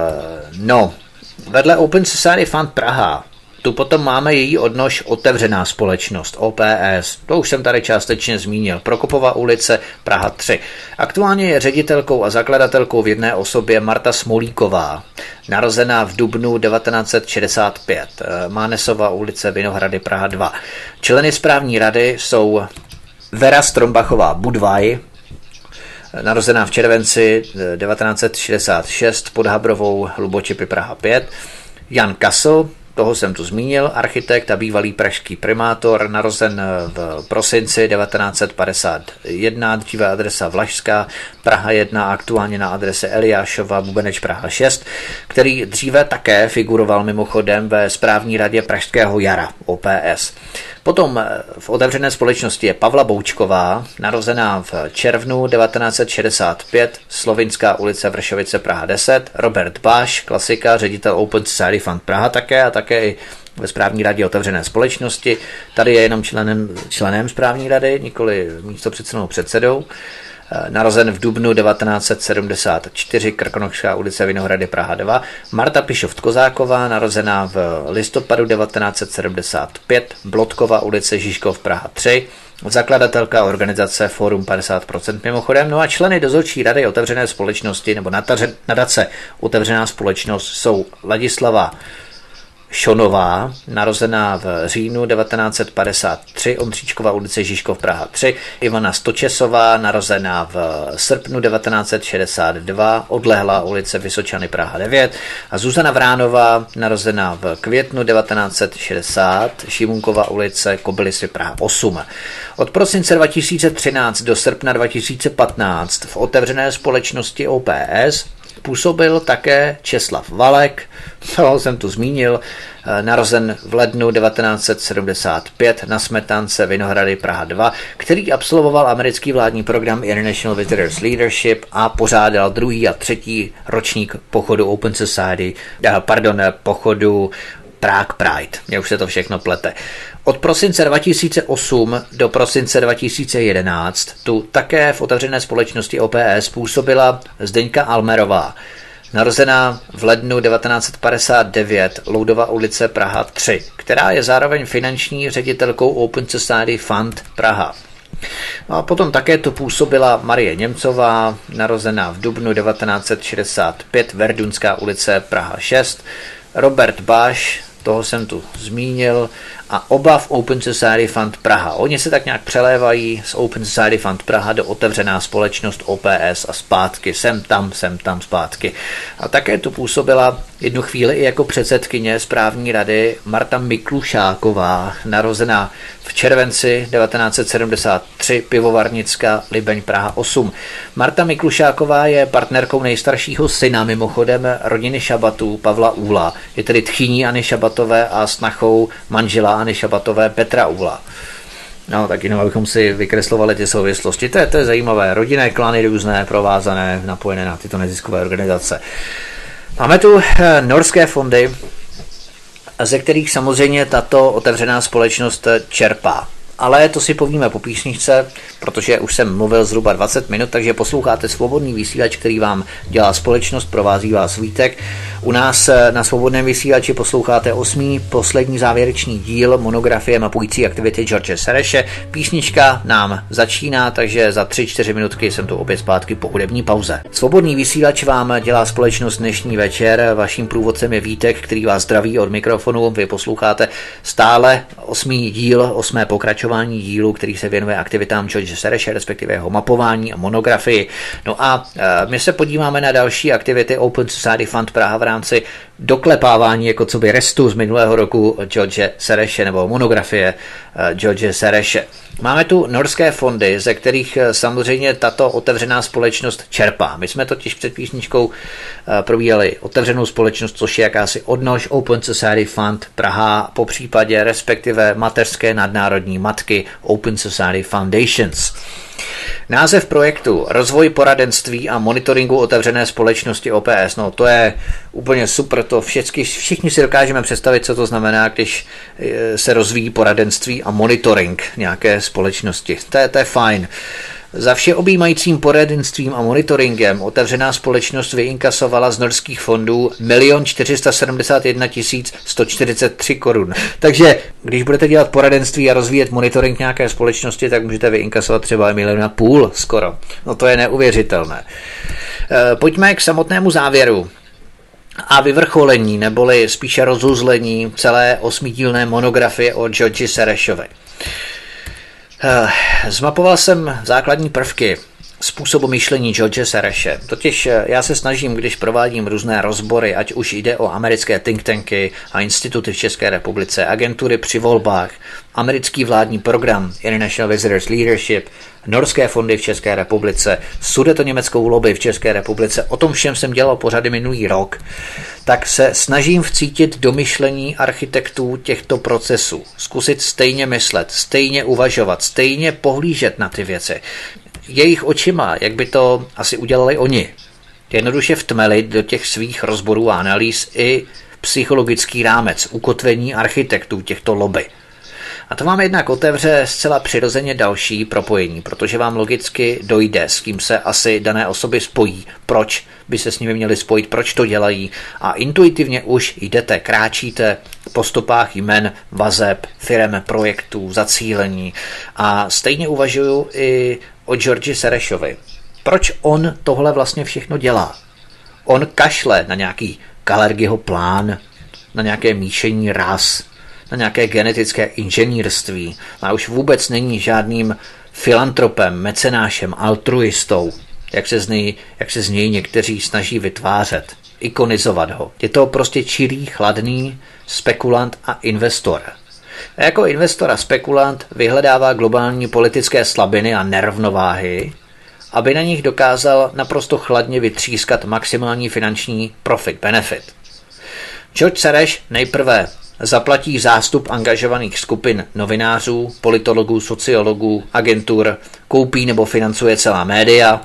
no, vedle Open Society Fund Praha tu potom máme její odnož Otevřená společnost, O P S. To už jsem tady částečně zmínil. Prokopova ulice, Praha tři. Aktuálně je ředitelkou a zakladatelkou v jedné osobě Marta Smolíková, narozená v dubnu devatenáct set šedesát pět. Mánesova ulice, Vinohrady, Praha dva. Členy správní rady jsou Vera Strombachová Budvaj, narozená v červenci devatenáct set šedesát šest pod Habrovou, Hlubočipy, Praha pět. Jan Kasl, toho jsem tu zmínil, architekt a bývalý pražský primátor, narozen v prosinci devatenáct set padesát jedna, dříve adresa Vlašská, Praha jedna, aktuálně na adrese Eliášova, Bubeneč, Praha šest, který dříve také figuroval mimochodem ve správní radě Pražského jara, O P S. Potom v Otevřené společnosti je Pavla Boučková, narozená v červnu devatenáct set šedesát pět, Slovinská ulice, Vršovice, Praha deset, Robert Báš, klasika, ředitel Open Society Fund Praha také a také i ve správní radě Otevřené společnosti. Tady je jenom členem, členem správní rady, nikoli místopředsedou předsedou. Narozen v dubnu devatenáct set sedmdesát čtyři, Krkonošská ulice, Vinohrady, Praha dva. Marta Pišoft-Kozáková, narozená v listopadu devatenáct set sedmdesát pět, Blodkova ulice, Žižkov, Praha tři. Zakladatelka organizace Fórum padesát procent mimochodem. No a členy dozorčí rady Otevřené společnosti nebo nadace Otevřená společnost jsou Ladislava Šonová, narozená v říjnu devatenáct set padesát tři, Ondříčkova ulice, Žižkov, Praha tři, Ivana Stočesová, narozená v srpnu devatenáct set šedesát dva, Odlehlá ulice, Vysočany, Praha devět a Zuzana Vránová, narozená v květnu devatenáct set šedesát, Šimunkova ulice, Kobylisy, Praha osm. Od prosince dva tisíce třináct do srpna dva tisíce patnáct v Otevřené společnosti O P S působil také Česlav Valek, toho jsem tu zmínil, narozen v lednu devatenáct set sedmdesát pět na Smetánce, Vinohrady, Praha dva, který absolvoval americký vládní program International Visitors Leadership a pořádal druhý a třetí ročník pochodu Open Society, pardon, pochodu Prague Pride. Mně už se to všechno plete. Od prosince dva tisíce osm do prosince dva tisíce jedenáct tu také v Otevřené společnosti O P S působila Zdeňka Almerová, narozená v lednu devatenáct set padesát devět, Loudova ulice, Praha tři, která je zároveň finanční ředitelkou Open Society Fund Praha. A potom také tu působila Marie Němcová, narozená v dubnu devatenáct set šedesát pět, Verdunská ulice, Praha šest, Robert Báš, toho jsem tu zmínil, a oba v Open Society Fund Praha. Oni se tak nějak přelévají z Open Society Fund Praha do Otevřená společnost O P S a zpátky, sem tam, sem tam, zpátky. A také tu působila jednu chvíli i jako předsedkyně správní rady Marta Miklušáková, narozená v červenci devatenáct set sedmdesát tři, Pivovarnická, Libeň, Praha osm. Marta Miklušáková je partnerkou nejstaršího syna mimochodem rodiny Šabatů, Pavla Úla. Je tedy tchýní Anny Šabatové a snachou manžela Anny Šabatové, Petra Úla. No, tak jenom abychom si vykreslovali ty souvislosti. To je, to je zajímavé. Rodinné klany různé, provázané, napojené na tyto neziskové organizace. Máme tu norské fondy, ze kterých samozřejmě tato otevřená společnost čerpá. Ale to si povíme po písničce, protože už jsem mluvil zhruba dvacet minut, takže posloucháte Svobodný vysílač, který vám dělá společnost, provází vás Vítek. U nás na Svobodném vysílači posloucháte osmý, poslední závěrečný díl monografie mapující aktivity George Sereše. Písnička nám začíná, takže za tři čtyři minutky jsem tu opět zpátky po hudební pauze. Svobodný vysílač vám dělá společnost dnešní večer. Vaším průvodcem je Vítek, který vás zdraví od mikrofonu. Vy posloucháte stále osmý díl, osmé pokračování dílu, který se věnuje aktivitám George Sereše, respektive jeho mapování a monografii. No a e, my se podíváme na další aktivity Open Society Fund Praha v rámci doklepávání jako co by restu z minulého roku George Sereše nebo monografie e, George Sereše. Máme tu norské fondy, ze kterých samozřejmě tato otevřená společnost čerpá. My jsme totiž před písničkou probíhali otevřenou společnost, což je jakási odnož Open Society Fund Praha, po případě respektive mateřské nadnárodní matky Open Society Foundations. Název projektu Rozvoj poradenství a monitoringu otevřené společnosti O P S. No to je úplně super, to všichni, všichni si dokážeme představit, co to znamená, když se rozvíjí poradenství a monitoring nějaké společnosti. To je, to je fajn. Za všeobjímajícím poradenstvím a monitoringem otevřená společnost vyinkasovala z norských fondů milion čtyři sta sedmdesát jedna tisíc sto čtyřicet tři korun. Takže když budete dělat poradenství a rozvíjet monitoring nějaké společnosti, tak můžete vyinkasovat třeba milion a půl skoro. No to je neuvěřitelné. Pojďme k samotnému závěru a vyvrcholení, neboli spíše rozuzlení celé osmidílné monografie o Georgi Serešovi. Zmapoval jsem základní prvky způsobu myšlení George Sereše. Totiž já se snažím, když provádím různé rozbory, ať už jde o americké think tanky a instituty v České republice, agentury při volbách, americký vládní program International Visitors Leadership, norské fondy v České republice, sudetoněmeckou lobby v České republice, o tom všem jsem dělal pořady minulý rok, tak se snažím vcítit do myšlení architektů těchto procesů. Zkusit stejně myslet, stejně uvažovat, stejně pohlížet na ty věci. Jejich očima, jak by to asi udělali oni. Jednoduše vtmelit do těch svých rozborů a analýz i psychologický rámec, ukotvení architektů těchto lobby. A to vám jednak otevře zcela přirozeně další propojení, protože vám logicky dojde, s kým se asi dané osoby spojí, proč by se s nimi měli spojit, proč to dělají a intuitivně už jdete, kráčíte po stopách jmen, vazeb, firem, projektů, zacílení a stejně uvažuju i o Georgi Serešovi. Proč on tohle vlastně všechno dělá? On kašle na nějaký Kalergiho plán, na nějaké míšení ras, na nějaké genetické inženýrství a už vůbec není žádným filantropem, mecenášem, altruistou, jak se z něj, jak se z něj někteří snaží vytvářet, ikonizovat ho. Je to prostě čirý, chladný spekulant a investor. A jako investor a spekulant vyhledává globální politické slabiny a nerovnováhy, aby na nich dokázal naprosto chladně vytřískat maximální finanční profit, benefit. George Sereš nejprve zaplatí zástup angažovaných skupin novinářů, politologů, sociologů, agentur, koupí nebo financuje celá média,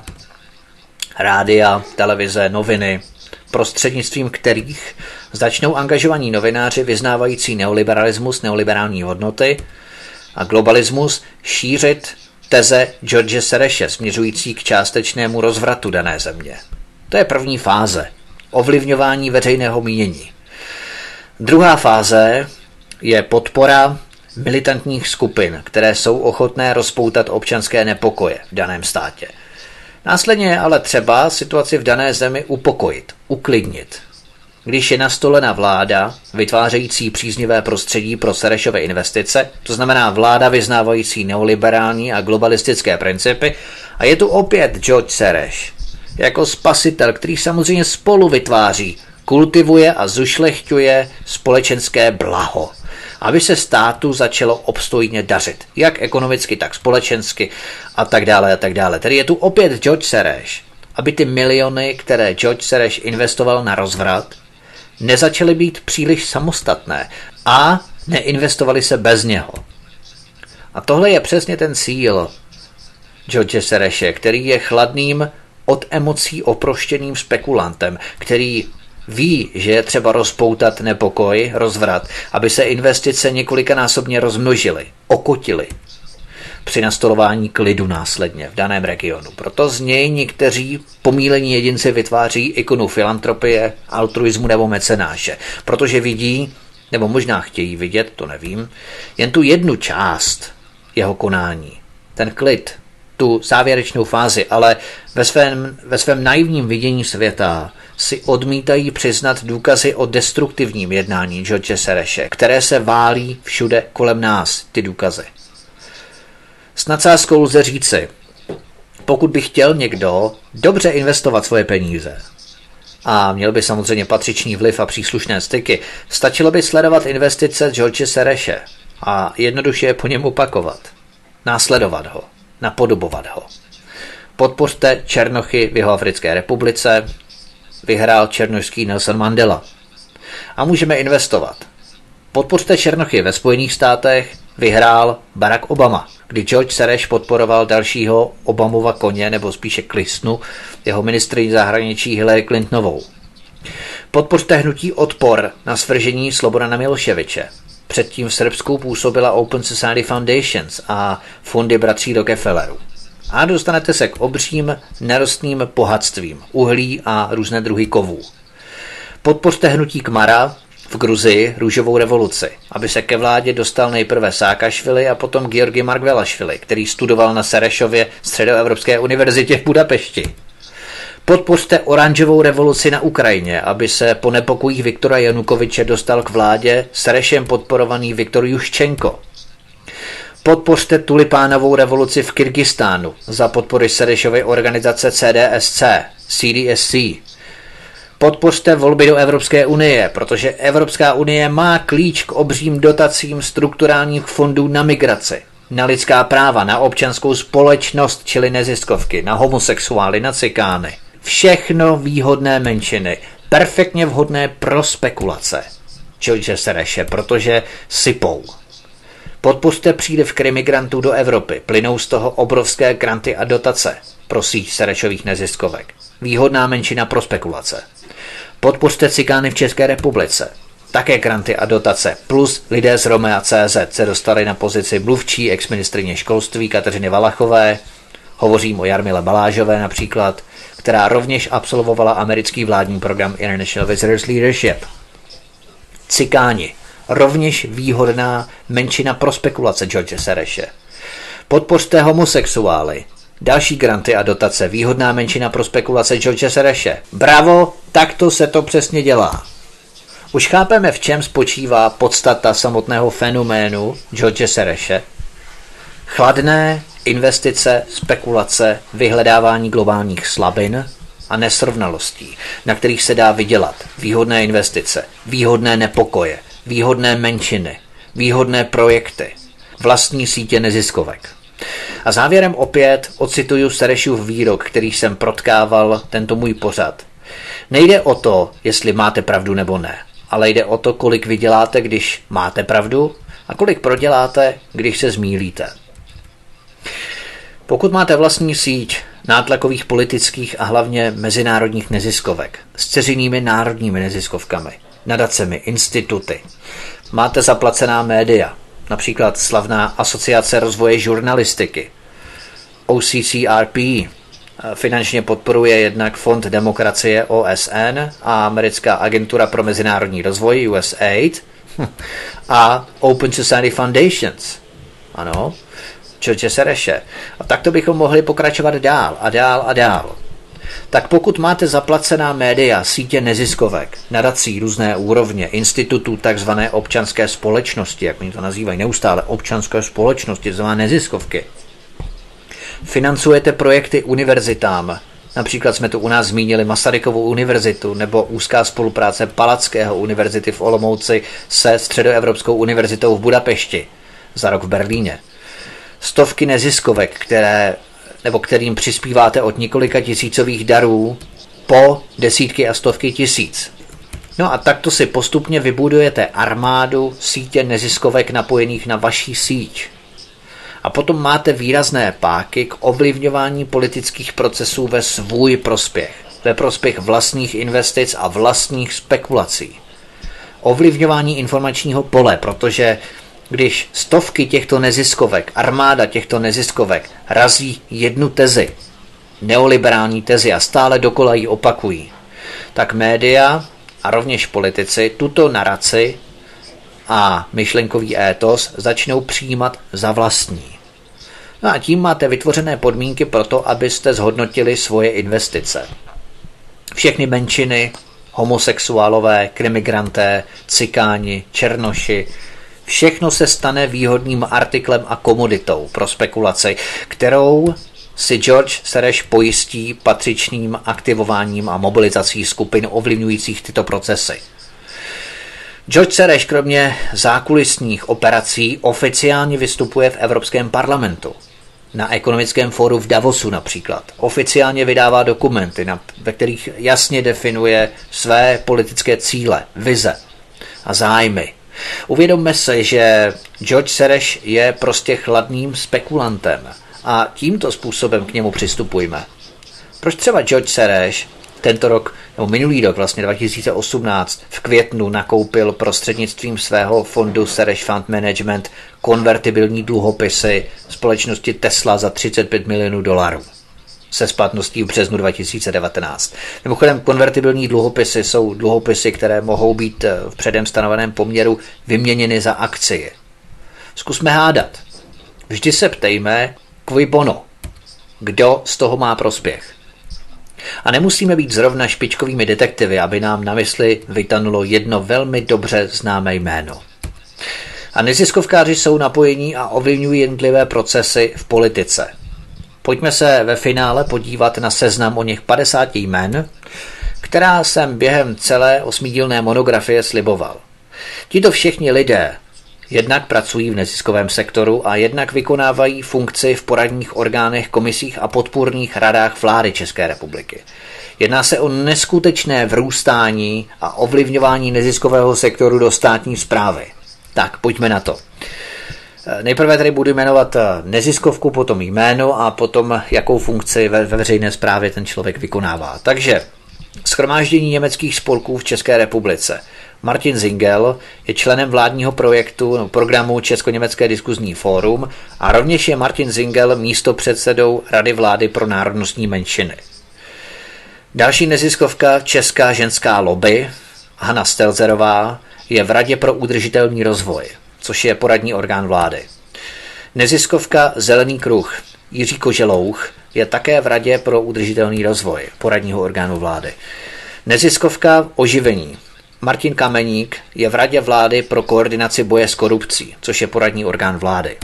rádia, televize, noviny, prostřednictvím kterých začnou angažovaní novináři vyznávající neoliberalismus, neoliberální hodnoty a globalismus šířit teze George Sereše směřující k částečnému rozvratu dané země. To je první fáze, ovlivňování veřejného mínění. Druhá fáze je podpora militantních skupin, které jsou ochotné rozpoutat občanské nepokoje v daném státě. Následně je ale třeba situaci v dané zemi upokojit, uklidnit. Když je nastolena vláda, vytvářející příznivé prostředí pro Serešové investice, to znamená vláda vyznávající neoliberální a globalistické principy, a je tu opět George Sereš, jako spasitel, který samozřejmě spolu vytváří, kultivuje a zušlechťuje společenské blaho, aby se státu začalo obstojně dařit, jak ekonomicky, tak společensky a tak dále a tak dále. Tedy je tu opět George Sereš, aby ty miliony, které George Sereš investoval na rozvrat, nezačaly být příliš samostatné a neinvestovaly se bez něho. A tohle je přesně ten cíl George Soreše, který je chladným, od emocí oproštěným spekulantem, který ví, že je třeba rozpoutat nepokoj, rozvrat, aby se investice několikanásobně rozmnožily, okotily při nastolování klidu následně v daném regionu. Proto z něj někteří pomílení jedinci vytváří ikonu filantropie, altruismu nebo mecenáše, protože vidí, nebo možná chtějí vidět, to nevím, jen tu jednu část jeho konání, ten klid, tu závěrečnou fázi, ale ve svém, ve svém naivním vidění světa si odmítají přiznat důkazy o destruktivním jednání George Soreše, které se válí všude kolem nás, ty důkazy. S nadsázkou lze říci, pokud by chtěl někdo dobře investovat svoje peníze a měl by samozřejmě patřičný vliv a příslušné styky, stačilo by sledovat investice George Soreše a jednoduše je po něm opakovat, následovat ho, napodobovat ho. Podpořte černochy v Jihoafrické republice, vyhrál černošský Nelson Mandela. A můžeme investovat. Podpořte černochy ve Spojených státech, vyhrál Barack Obama, kdy George Soros podporoval dalšího Obamova koně, nebo spíše klisnu, jeho ministryni zahraničí Hillary Clintonovou. Podpořte hnutí Odpor na svržení Slobodana Miloševiče. Předtím v Srbsku působila Open Society Foundations a fondy bratří Rockefellerů. A dostanete se k obřím nerostným bohatstvím, uhlí a různé druhy kovů. Podpořte hnutí Kmara v Gruzii růžovou revoluci, aby se ke vládě dostal nejprve Sákašvili a potom Georgi Margvelašvili, který studoval na Serešově Středoevropské univerzitě v Budapešti. Podpořte oranžovou revoluci na Ukrajině, aby se po nepokojích Viktora Janukovyče dostal k vládě Serešem podporovaný Viktor Juščenko. Podpořte tulipánovou revoluci v Kyrgyzstánu za podpory Serešovy organizace C D S C, C D S C. Podpořte volby do Evropské unie, protože Evropská unie má klíč k obřím dotacím strukturálních fondů na migraci, na lidská práva, na občanskou společnost, čili neziskovky, na homosexuály, na cikány. Všechno výhodné menšiny, perfektně vhodné pro spekulace George Soreše, protože sypou. Podpořte příliv imigrantů do Evropy, plynou z toho obrovské granty a dotace pro síť Sorešových neziskovek. Výhodná menšina pro spekulace. Podpořte cikány v České republice. Také granty a dotace, plus lidé z Romea tečka cé zet se dostali na pozici mluvčí exministryně školství Kateřiny Valachové, hovořím o Jarmile Balážové například, která rovněž absolvovala americký vládní program International Visitors Leadership. Cikáni, rovněž výhodná menšina pro spekulace George Soreše. Podpořte homosexuály. Další granty a dotace, výhodná menšina pro spekulace George Soreše. Bravo, takto se to přesně dělá. Už chápeme, v čem spočívá podstata samotného fenoménu George Soreše. Chladné investice, spekulace, vyhledávání globálních slabin a nesrovnalostí, na kterých se dá vydělat. Výhodné investice, výhodné nepokoje, výhodné menšiny, výhodné projekty, vlastní sítě neziskovek. A závěrem opět ocituju Sorešův výrok, který jsem protkával tento můj pořad. Nejde o to, jestli máte pravdu nebo ne, ale jde o to, kolik vyděláte, když máte pravdu a kolik proděláte, když se zmýlíte. Pokud máte vlastní síť nátlakových politických a hlavně mezinárodních neziskovek s dceřinými národními neziskovkami, nadacemi, instituty, máte zaplacená média, například slavná Asociace rozvoje žurnalistiky, O C C R P, finančně podporuje jednak Fond demokracie O S N a Americká agentura pro mezinárodní rozvoj U S A I D a Open Society Foundations. Ano, George Soreše. A takto bychom mohli pokračovat dál a dál a dál. Tak pokud máte zaplacená média, sítě neziskovek, nadací různé úrovně, institutů takzvané občanské společnosti, jak oni to nazývají neustále, občanské společnosti, to znamená neziskovky, financujete projekty univerzitám, například jsme tu u nás zmínili Masarykovu univerzitu nebo úzká spolupráce Palackého univerzity v Olomouci se Středoevropskou univerzitou v Budapešti, za rok v Berlíně. Stovky neziskovek, které, nebo kterým přispíváte od několika tisícových darů po desítky a stovky tisíc. No a takto si postupně vybudujete armádu sítě neziskovek napojených na vaší síť. A potom máte výrazné páky k ovlivňování politických procesů ve svůj prospěch, ve prospěch vlastních investic a vlastních spekulací. Ovlivňování informačního pole, protože když stovky těchto neziskovek, armáda těchto neziskovek razí jednu tezi, neoliberální tezi a stále dokola ji opakují, tak média a rovněž politici tuto naraci a myšlenkový étos začnou přijímat za vlastní. No a tím máte vytvořené podmínky pro to, abyste zhodnotili svoje investice. Všechny menšiny, homosexuálové, krimigranté, cikáni, černoši, všechno se stane výhodným artiklem a komoditou pro spekulaci, kterou si George Soros pojistí patřičným aktivováním a mobilizací skupin ovlivňujících tyto procesy. George Soros kromě zákulisních operací oficiálně vystupuje v Evropském parlamentu. Na ekonomickém fóru v Davosu například. Oficiálně vydává dokumenty, ve kterých jasně definuje své politické cíle, vize a zájmy. Uvědomme si, že George Soros je prostě chladným spekulantem a tímto způsobem k němu přistupujme. Proč třeba George Soros tento rok, nebo minulý rok, vlastně dva tisíce osmnáct, v květnu nakoupil prostřednictvím svého fondu Soros Fund Management konvertibilní dluhopisy společnosti Tesla za třicet pět milionů dolarů se splatností v březnu dva tisíce devatenáct. Mimochodem, konvertibilní dluhopisy jsou dluhopisy, které mohou být v předem stanoveném poměru vyměněny za akcie. Zkusme hádat. Vždy se ptejme, cui bono, kdo z toho má prospěch. A nemusíme být zrovna špičkovými detektivy, aby nám na mysli vytanulo jedno velmi dobře známé jméno. A neziskovkáři jsou napojení a ovlivňují jednotlivé procesy v politice. Pojďme se ve finále podívat na seznam o něch padesáti jmen, která jsem během celé osmidílné monografie sliboval. Tito všichni lidé jednak pracují v neziskovém sektoru a jednak vykonávají funkci v poradních orgánech, komisích a podpůrných radách vlády České republiky. Jedná se o neskutečné vrůstání a ovlivňování neziskového sektoru do státní správy. Tak, pojďme na to. Nejprve tady budu jmenovat neziskovku, potom jméno a potom jakou funkci ve, ve veřejné správě ten člověk vykonává. Takže shromáždění německých spolků v České republice. Martin Zingel je členem vládního projektu no, programu Česko-německé diskuzní fórum a rovněž je Martin Zingel místopředsedou Rady vlády pro národnostní menšiny. Další neziskovka Česká ženská lobby Hana Stelzerová je v Radě pro udržitelný rozvoj, což je poradní orgán vlády. Neziskovka Zelený kruh Jiří Koželouch je také v Radě pro udržitelný rozvoj poradního orgánu vlády. Neziskovka Oživení Martin Kameník je v Radě vlády pro koordinaci boje s korupcí, což je poradní orgán vlády.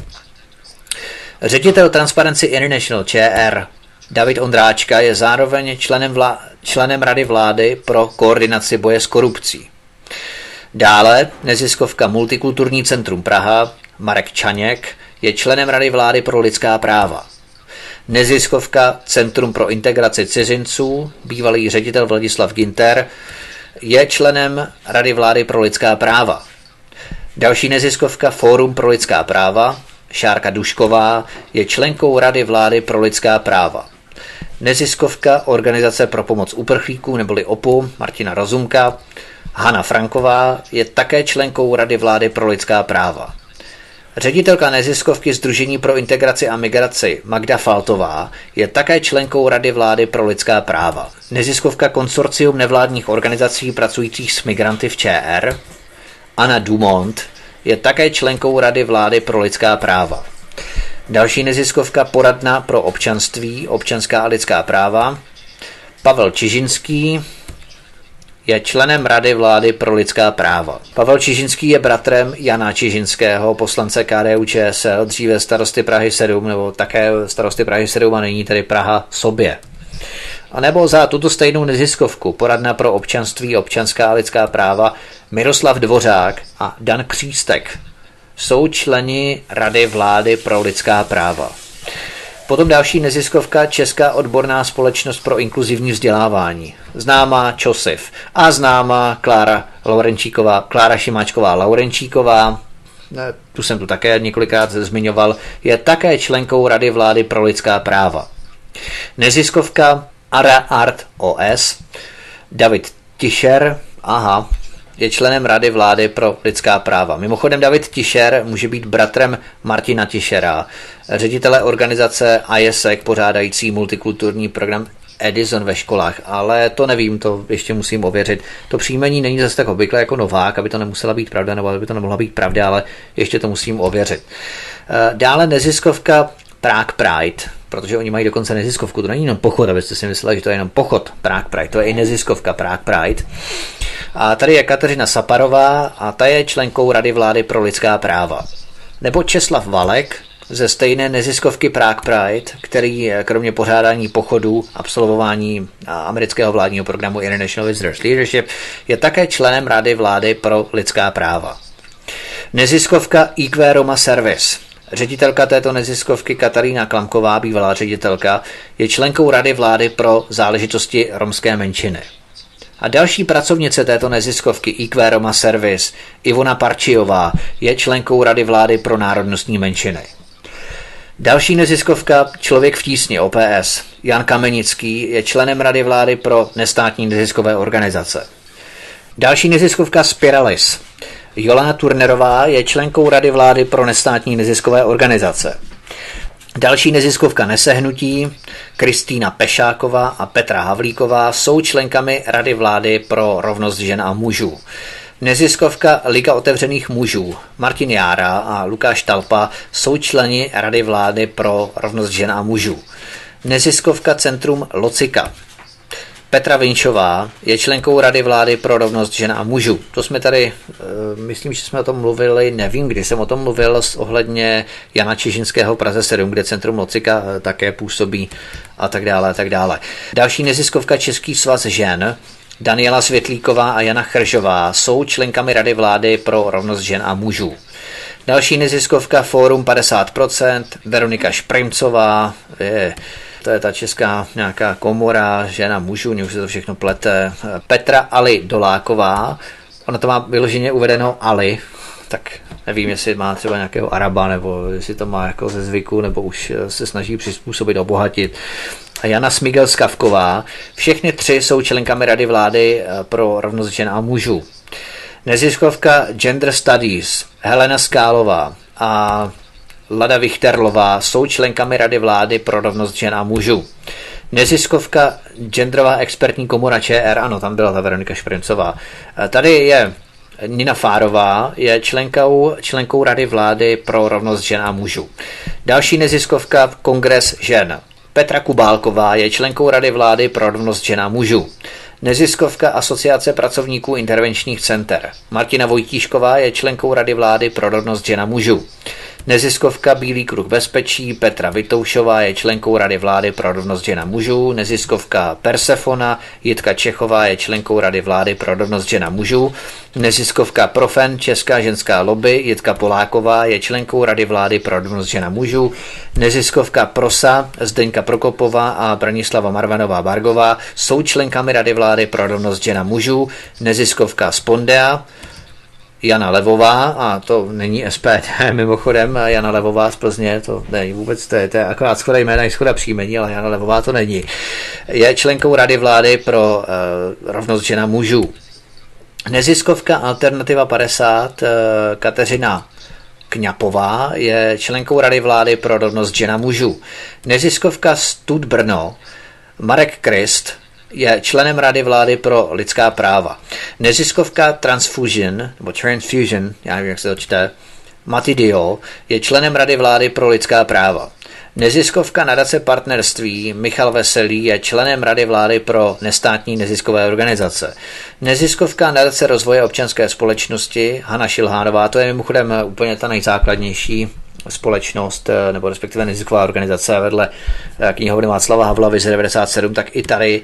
Ředitel Transparency International Č R David Ondráčka je zároveň členem, vlá- členem Rady vlády pro koordinaci boje s korupcí. Dále neziskovka Multikulturní centrum Praha Marek Čaněk je členem Rady vlády pro lidská práva. Neziskovka Centrum pro integraci cizinců, bývalý ředitel Vladislav Ginter, je členem Rady vlády pro lidská práva. Další neziskovka Fórum pro lidská práva Šárka Dušková je členkou Rady vlády pro lidská práva. Neziskovka Organizace pro pomoc uprchlíků neboli O P U Martina Rozumka Hana Franková je také členkou Rady vlády pro lidská práva. Ředitelka neziskovky Sdružení pro integraci a migraci Magda Faltová je také členkou Rady vlády pro lidská práva. Neziskovka Konsorcium nevládních organizací pracujících s migranty v Č R Anna Dumont je také členkou Rady vlády pro lidská práva. Další neziskovka Poradna pro občanství, občanská a lidská práva Pavel Čižinský je členem Rady vlády pro lidská práva. Pavel Čižinský je bratrem Jana Čižinského, poslance K D U Č S L, dříve starosty Prahy sedm, nebo také starosty Prahy sedm a nyní tedy Praha sobě. A nebo za tuto stejnou neziskovku Poradna pro občanství, občanská a lidská práva Miroslav Dvořák a Dan Křístek jsou členi Rady vlády pro lidská práva. Potom další neziskovka Česká odborná společnost pro inkluzivní vzdělávání, známá ČOSIF a známá Klára Laurenčíková, Klára Šimáčková Laurenčíková, tu jsem tu také několikrát zmiňoval, je také členkou Rady vlády pro lidská práva. Neziskovka Ara Art O S, David Tischer, aha, je členem Rady vlády pro lidská práva. Mimochodem David Tischer může být bratrem Martina Tischera, ředitele organizace I S E C pořádající multikulturní program Edison ve školách, ale to nevím, to ještě musím ověřit. To příjmení není zase tak obvyklé jako Novák, aby to nemusela být pravda, nebo aby to nemohla být pravda, ale ještě to musím ověřit. Dále neziskovka Prague Pride, protože oni mají dokonce neziskovku, to není jenom pochod, abyste si mysleli, že to je jenom pochod Prague Pride, to je i neziskovka Prague Pride. A tady je Kateřina Saparová a ta je členkou Rady vlády pro lidská práva. Nebo Česlav Valek ze stejné neziskovky Prague Pride, který kromě pořádání pochodů, absolvování amerického vládního programu International Visitors Leadership je také členem Rady vlády pro lidská práva. Neziskovka I Q Roma Service. Ředitelka této neziskovky Katarína Klamková, bývalá ředitelka, je členkou Rady vlády pro záležitosti romské menšiny. A další pracovnice této neziskovky I Q Roma Service, Ivona Parčiová, je členkou Rady vlády pro národnostní menšiny. Další neziskovka Člověk v tísni O P S, Jan Kamenický, je členem Rady vlády pro nestátní neziskové organizace. Další neziskovka Spiralis, Jolana Turnerová, je členkou Rady vlády pro nestátní neziskové organizace. Další neziskovka Nesehnutí, Kristýna Pešáková a Petra Havlíková, jsou členkami Rady vlády pro rovnost žen a mužů. Neziskovka Liga otevřených mužů, Martin Jára a Lukáš Talpa, jsou členi Rady vlády pro rovnost žen a mužů. Neziskovka Centrum Locika, Petra Vinčová, je členkou Rady vlády pro rovnost žen a mužů. To jsme tady, myslím, že jsme o tom mluvili, nevím, kdy jsem o tom mluvil, ohledně Jana Čižinského Praze sedm, kde Centrum Locika také působí a tak dále a tak dále. Další neziskovka Český svaz žen, Daniela Světlíková a Jana Chržová, jsou členkami Rady vlády pro rovnost žen a mužů. Další neziskovka Fórum padesát procent, Veronika Šprimcová, je, to je ta česká nějaká komora žen a mužů, už se to všechno plete. Petra Ali Doláková, ona to má vyloženě uvedeno Ali, tak nevím, jestli má třeba nějakého Araba, nebo jestli to má jako ze zvyku, nebo už se snaží přizpůsobit, obohatit. A Jana Smigel-Skavková, všechny tři jsou členkami Rady vlády pro rovnost žen a mužů. Neziskovka Gender Studies, Helena Skálová a Lada Vichterlová jsou členkami Rady vlády pro rovnost žen a mužů. Neziskovka Genderová expertní komora Č R, ano, tam byla ta Veronika Šprincová. Tady je Nina Fárová, je členkou, členkou Rady vlády pro rovnost žen a mužů. Další neziskovka Kongres žen, Petra Kubálková, je členkou Rady vlády pro rovnost žen a mužů. Neziskovka Asociace pracovníků intervenčních center, Martina Vojtíšková, je členkou Rady vlády pro rovnost žen a mužů. Neziskovka Bílý kruh bezpečí, Petra Vitoušová, je členkou Rady vlády pro rovnost žen a mužů. Neziskovka Persefona, Jitka Čechová, je členkou Rady vlády pro rovnost žen a mužů. Neziskovka Profen, Česká ženská lobby, Jitka Poláková, je členkou Rady vlády pro rovnost žen a mužů. Neziskovka Prosa, Zdeňka Prokopová a Branislava Marvanová Bargová, jsou členkami Rady vlády pro rovnost žen a mužů. Neziskovka Spondea, Jana Levová, a to není S P D, mimochodem, Jana Levová z Plzně, to není vůbec, to je, to je akorát schoda jména i schoda příjmení, ale Jana Levová to není. Je členkou Rady vlády pro uh, rovnost žen a mužů. Neziskovka Alternativa padesát, uh, Kateřina Kňapová, je členkou Rady vlády pro rovnost žen a mužů. Neziskovka Stud Brno, Marek Krist, je členem Rady vlády pro lidská práva. Neziskovka Transfusion, nebo Transfusion, já nevím, jak se to čte, Mati Diol, je členem Rady vlády pro lidská práva. Neziskovka Nadace partnerství Michal Veselý je členem Rady vlády pro nestátní neziskové organizace. Neziskovka Nadace rozvoje občanské společnosti Hana Šilhánová, to je mimochodem úplně ta nejzákladnější společnost, nebo respektive nezisková organizace vedle knihovny Václava Havla Vize devadesát sedm, tak i tady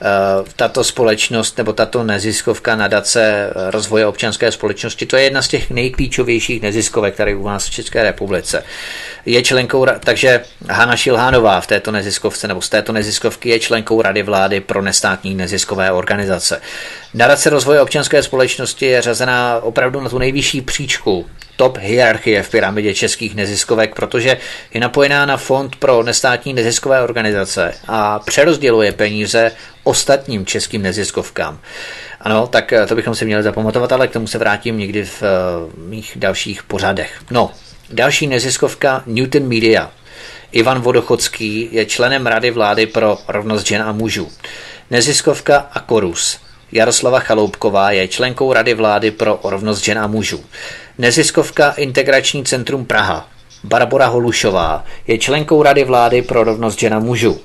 tato společnost nebo tato neziskovka Nadace rozvoje občanské společnosti, to je jedna z těch nejklíčovějších neziskovek, které u nás v České republice. Je členkou, takže Hana Šilhánová v této neziskovce nebo z této neziskovky je členkou Rady vlády pro nestátní neziskové organizace. Nadace rozvoje občanské společnosti je řazená opravdu na tu nejvyšší příčku top hierarchie v pyramidě českých neziskovek, protože je napojená na fond pro nestátní neziskové organizace a přerozděluje peníze ostatním českým neziskovkám. Ano, tak to bychom si měli zapamatovat, ale k tomu se vrátím někdy v uh, mých dalších pořadech. No, další neziskovka Newton Media. Ivan Vodochodský je členem Rady vlády pro rovnost žen a mužů. Neziskovka Akorus. Jaroslava Chaloupková je členkou Rady vlády pro rovnost žen a mužů. Neziskovka Integrační centrum Praha. Barbora Holušová je členkou Rady vlády pro rovnost žen a mužů.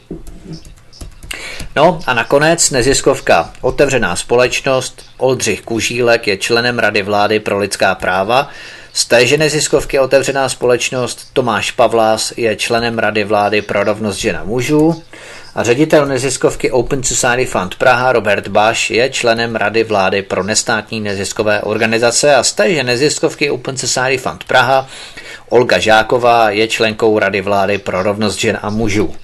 No a nakonec neziskovka Otevřená společnost. Oldřich Kužílek je členem Rady vlády pro lidská práva. Z téže neziskovky Otevřená společnost Tomáš Pavlás je členem Rady vlády pro rovnost žen a mužů. A ředitel neziskovky Open Society Fund Praha Robert Baš je členem Rady vlády pro nestátní neziskové organizace a z téže neziskovky Open Society Fund Praha Olga Žáková je členkou Rady vlády pro rovnost žen a mužů.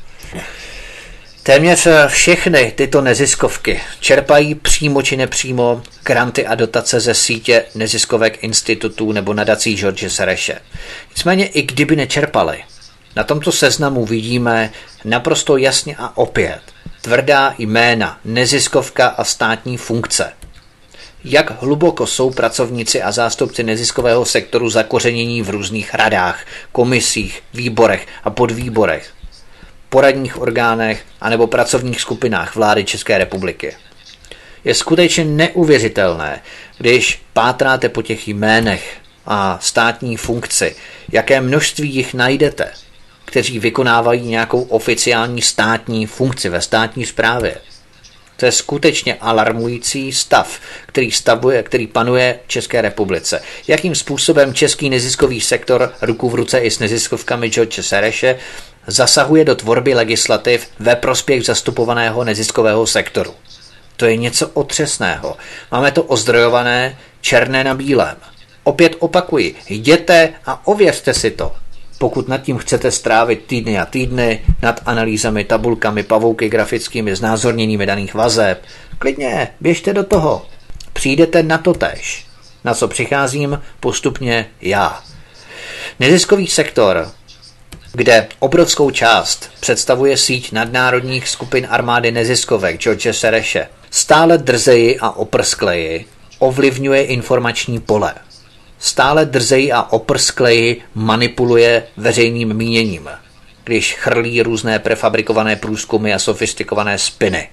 Téměř všechny tyto neziskovky čerpají přímo či nepřímo granty a dotace ze sítě neziskovek institutů nebo nadací George Soreše. Nicméně i kdyby nečerpali, na tomto seznamu vidíme naprosto jasně a opět tvrdá jména neziskovka a státní funkce. Jak hluboko jsou pracovníci a zástupci neziskového sektoru zakořenění v různých radách, komisích, výborech a podvýborech, poradních orgánech anebo pracovních skupinách vlády České republiky. Je skutečně neuvěřitelné, když pátráte po těch jménech a státní funkci, jaké množství jich najdete, kteří vykonávají nějakou oficiální státní funkci ve státní správě. To je skutečně alarmující stav, který, stavuje, který panuje v České republice. Jakým způsobem český neziskový sektor ruku v ruce i s neziskovkami George Soreše zasahuje do tvorby legislativ ve prospěch zastupovaného neziskového sektoru. To je něco otřesného. Máme to ozdrojované černé na bílém. Opět opakuji, jděte a ověřte si to. Pokud nad tím chcete strávit týdny a týdny, nad analýzami, tabulkami, pavouky grafickými, znázorněními daných vazeb, klidně, běžte do toho. Přijdete na to též, na co přicházím postupně já. Neziskový sektor, kde obrovskou část představuje síť nadnárodních skupin armády neziskovek George Soreše, stále drzeji a oprskleji ovlivňuje informační pole. Stále drzeji a oprskleji manipuluje veřejným míněním, když chrlí různé prefabrikované průzkumy a sofistikované spiny.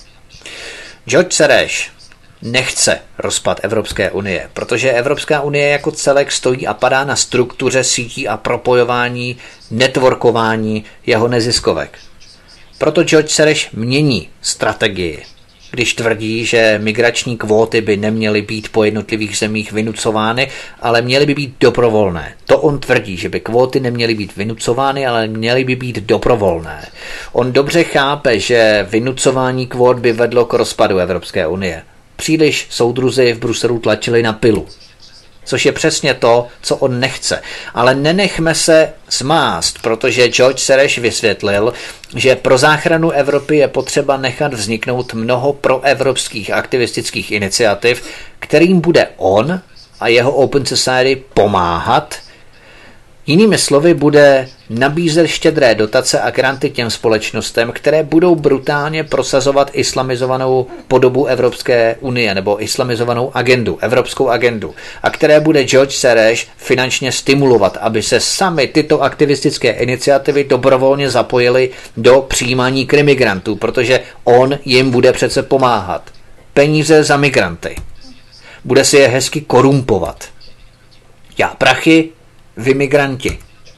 George Soros nechce rozpad Evropské unie, protože Evropská unie jako celek stojí a padá na struktuře sítí a propojování, networkování jeho neziskovek. Proto George Soros mění strategii, když tvrdí, že migrační kvóty by neměly být po jednotlivých zemích vynucovány, ale měly by být dobrovolné. To on tvrdí, že by kvóty neměly být vynucovány, ale měly by být dobrovolné. On dobře chápe, že vynucování kvót by vedlo k rozpadu Evropské unie. Příliš soudruzi v Bruselu tlačili na pilu. Což je přesně to, co on nechce. Ale nenechme se zmást, protože George Soros vysvětlil, že pro záchranu Evropy je potřeba nechat vzniknout mnoho proevropských aktivistických iniciativ, kterým bude on a jeho Open Society pomáhat. Jinými slovy, bude nabízet štědré dotace a granty těm společnostem, které budou brutálně prosazovat islamizovanou podobu Evropské unie nebo islamizovanou agendu, evropskou agendu, a které bude George Soros finančně stimulovat, aby se sami tyto aktivistické iniciativy dobrovolně zapojily do přijímání krimigrantů, protože on jim bude přece pomáhat. Peníze za migranty. Bude si je hezky korumpovat. Já prachy, vy migranti.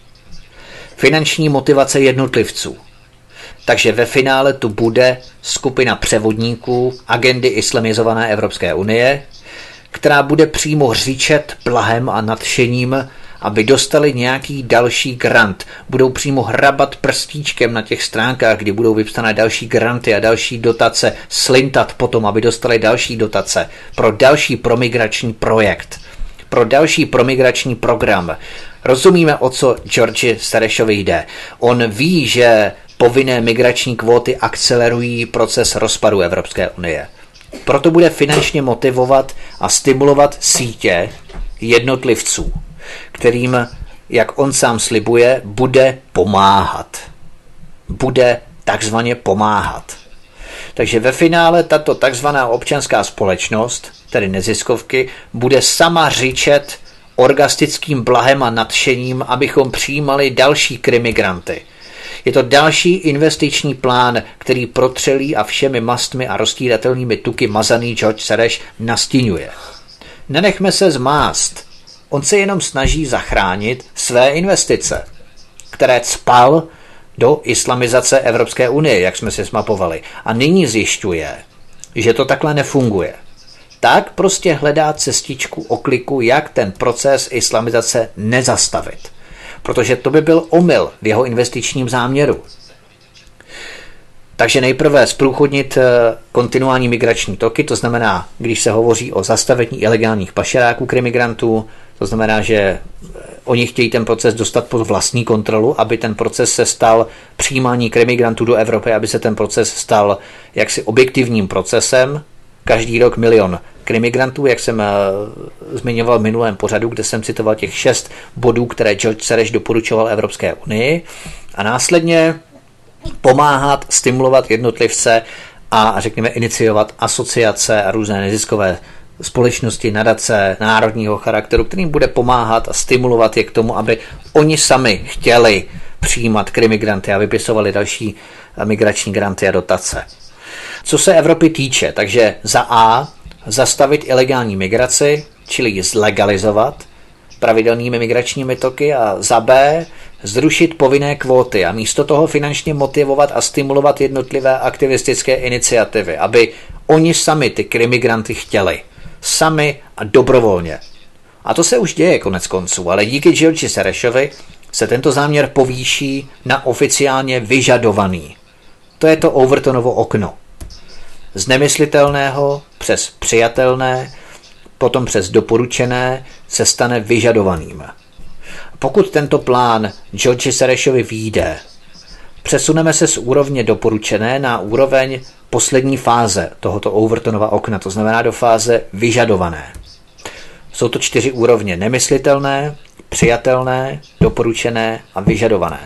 Finanční motivace jednotlivců. Takže ve finále tu bude skupina převodníků agendy islamizované Evropské unie, která bude přímo hřičet plahem a nadšením, aby dostali nějaký další grant. Budou přímo hrabat prstíčkem na těch stránkách, kdy budou vypsané další granty a další dotace, slintat potom, aby dostali další dotace pro další promigrační projekt, pro další promigrační program. Rozumíme, o co George Sorosovi jde. On ví, že povinné migrační kvóty akcelerují proces rozpadu Evropské unie. Proto bude finančně motivovat a stimulovat sítě jednotlivců, kterým, jak on sám slibuje, bude pomáhat. Bude takzvaně pomáhat. Takže ve finále tato takzvaná občanská společnost, tedy neziskovky, bude sama řičet orgastickým blahem a nadšením, abychom přijímali další krimigranty. Je to další investiční plán, který protřelý a všemi mastmi a rozstíratelnými tuky mazaný George Soros nastínuje. Nenechme se zmást. On se jenom snaží zachránit své investice, které cpal do islamizace Evropské unie, jak jsme si zmapovali. A nyní zjišťuje, že to takhle nefunguje. Tak prostě hledá cestičku okliku, jak ten proces islamizace nezastavit. Protože to by byl omyl v jeho investičním záměru. Takže nejprve zprůchodnit kontinuální migrační toky, to znamená, když se hovoří o zastavení ilegálních pašeráků krimigrantů, to znamená, že oni chtějí ten proces dostat pod vlastní kontrolu, aby ten proces se stal přijímání krimigrantů do Evropy, aby se ten proces stal jaksi objektivním procesem. Každý rok milion krimigrantů, jak jsem zmiňoval v minulém pořadu, kde jsem citoval těch šest bodů, které George Soros doporučoval Evropské unii, a následně pomáhat, stimulovat jednotlivce a řekněme iniciovat asociace a různé neziskové společnosti, nadace národního charakteru, kterým bude pomáhat a stimulovat je k tomu, aby oni sami chtěli přijímat krimigranty a vypisovali další migrační granty a dotace. Co se Evropy týče, takže za A zastavit ilegální migraci, čili ji zlegalizovat pravidelnými migračními toky, a za B zrušit povinné kvóty a místo toho finančně motivovat a stimulovat jednotlivé aktivistické iniciativy, aby oni sami ty krimigranty chtěli. Sami a dobrovolně. A to se už děje konec konců, ale díky Georgi Sorosovi se tento záměr povýší na oficiálně vyžadovaný. To je to Overtonovo okno. Z nemyslitelného přes přijatelné, potom přes doporučené se stane vyžadovaným. Pokud tento plán Georgi Sorosovi vyjde, přesuneme se z úrovně doporučené na úroveň poslední fáze tohoto Overtonova okna, to znamená do fáze vyžadované. Jsou to čtyři úrovně: nemyslitelné, přijatelné, doporučené a vyžadované.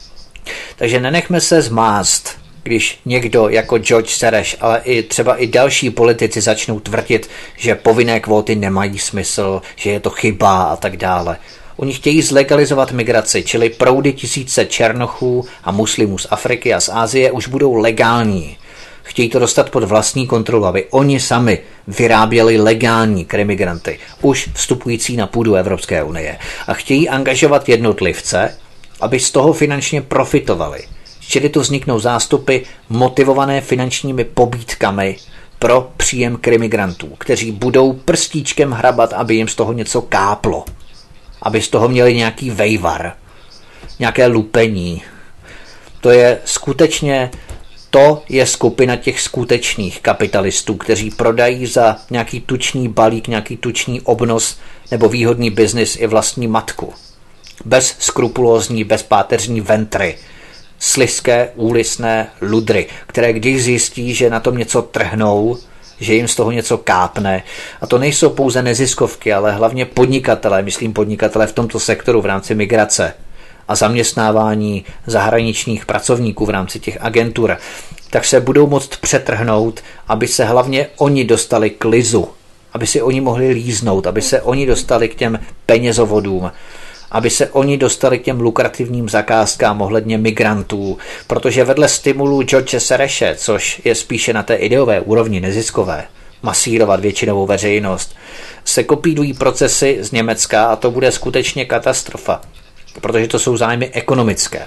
Takže nenechme se zmást, když někdo jako George Soros, ale i třeba i další politici začnou tvrdit, že povinné kvóty nemají smysl, že je to chyba a tak dále. Oni chtějí zlegalizovat migraci, čili proudy tisíce černochů a muslimů z Afriky a z Asie už budou legální. Chtějí to dostat pod vlastní kontrolu, aby oni sami vyráběli legální krimigranty, už vstupující na půdu Evropské unie. A chtějí angažovat jednotlivce, aby z toho finančně profitovali. Čili tu vzniknou zástupy motivované finančními pobídkami pro příjem krimigrantů, kteří budou prstíčkem hrabat, aby jim z toho něco káplo. Aby z toho měli nějaký vejvar, nějaké lupení. To je skutečně, to je skupina těch skutečných kapitalistů, kteří prodají za nějaký tučný balík, nějaký tučný obnos nebo výhodný biznis i vlastní matku. Bez skrupulózní, bezpáteřní ventry, slizké, úlisné ludry, které když zjistí, že na tom něco trhnou, že jim z toho něco kápne. A to nejsou pouze neziskovky, ale hlavně podnikatelé, myslím podnikatelé v tomto sektoru v rámci migrace a zaměstnávání zahraničních pracovníků v rámci těch agentur, tak se budou moct přetrhnout, aby se hlavně oni dostali k lizu, aby si oni mohli líznout, aby se oni dostali k těm penězovodům, aby se oni dostali k těm lukrativním zakázkám ohledně migrantů, protože vedle stimulů George Sorose, což je spíše na té ideové úrovni neziskové, masírovat většinovou veřejnost, se kopírují procesy z Německa a to bude skutečně katastrofa, protože to jsou zájmy ekonomické.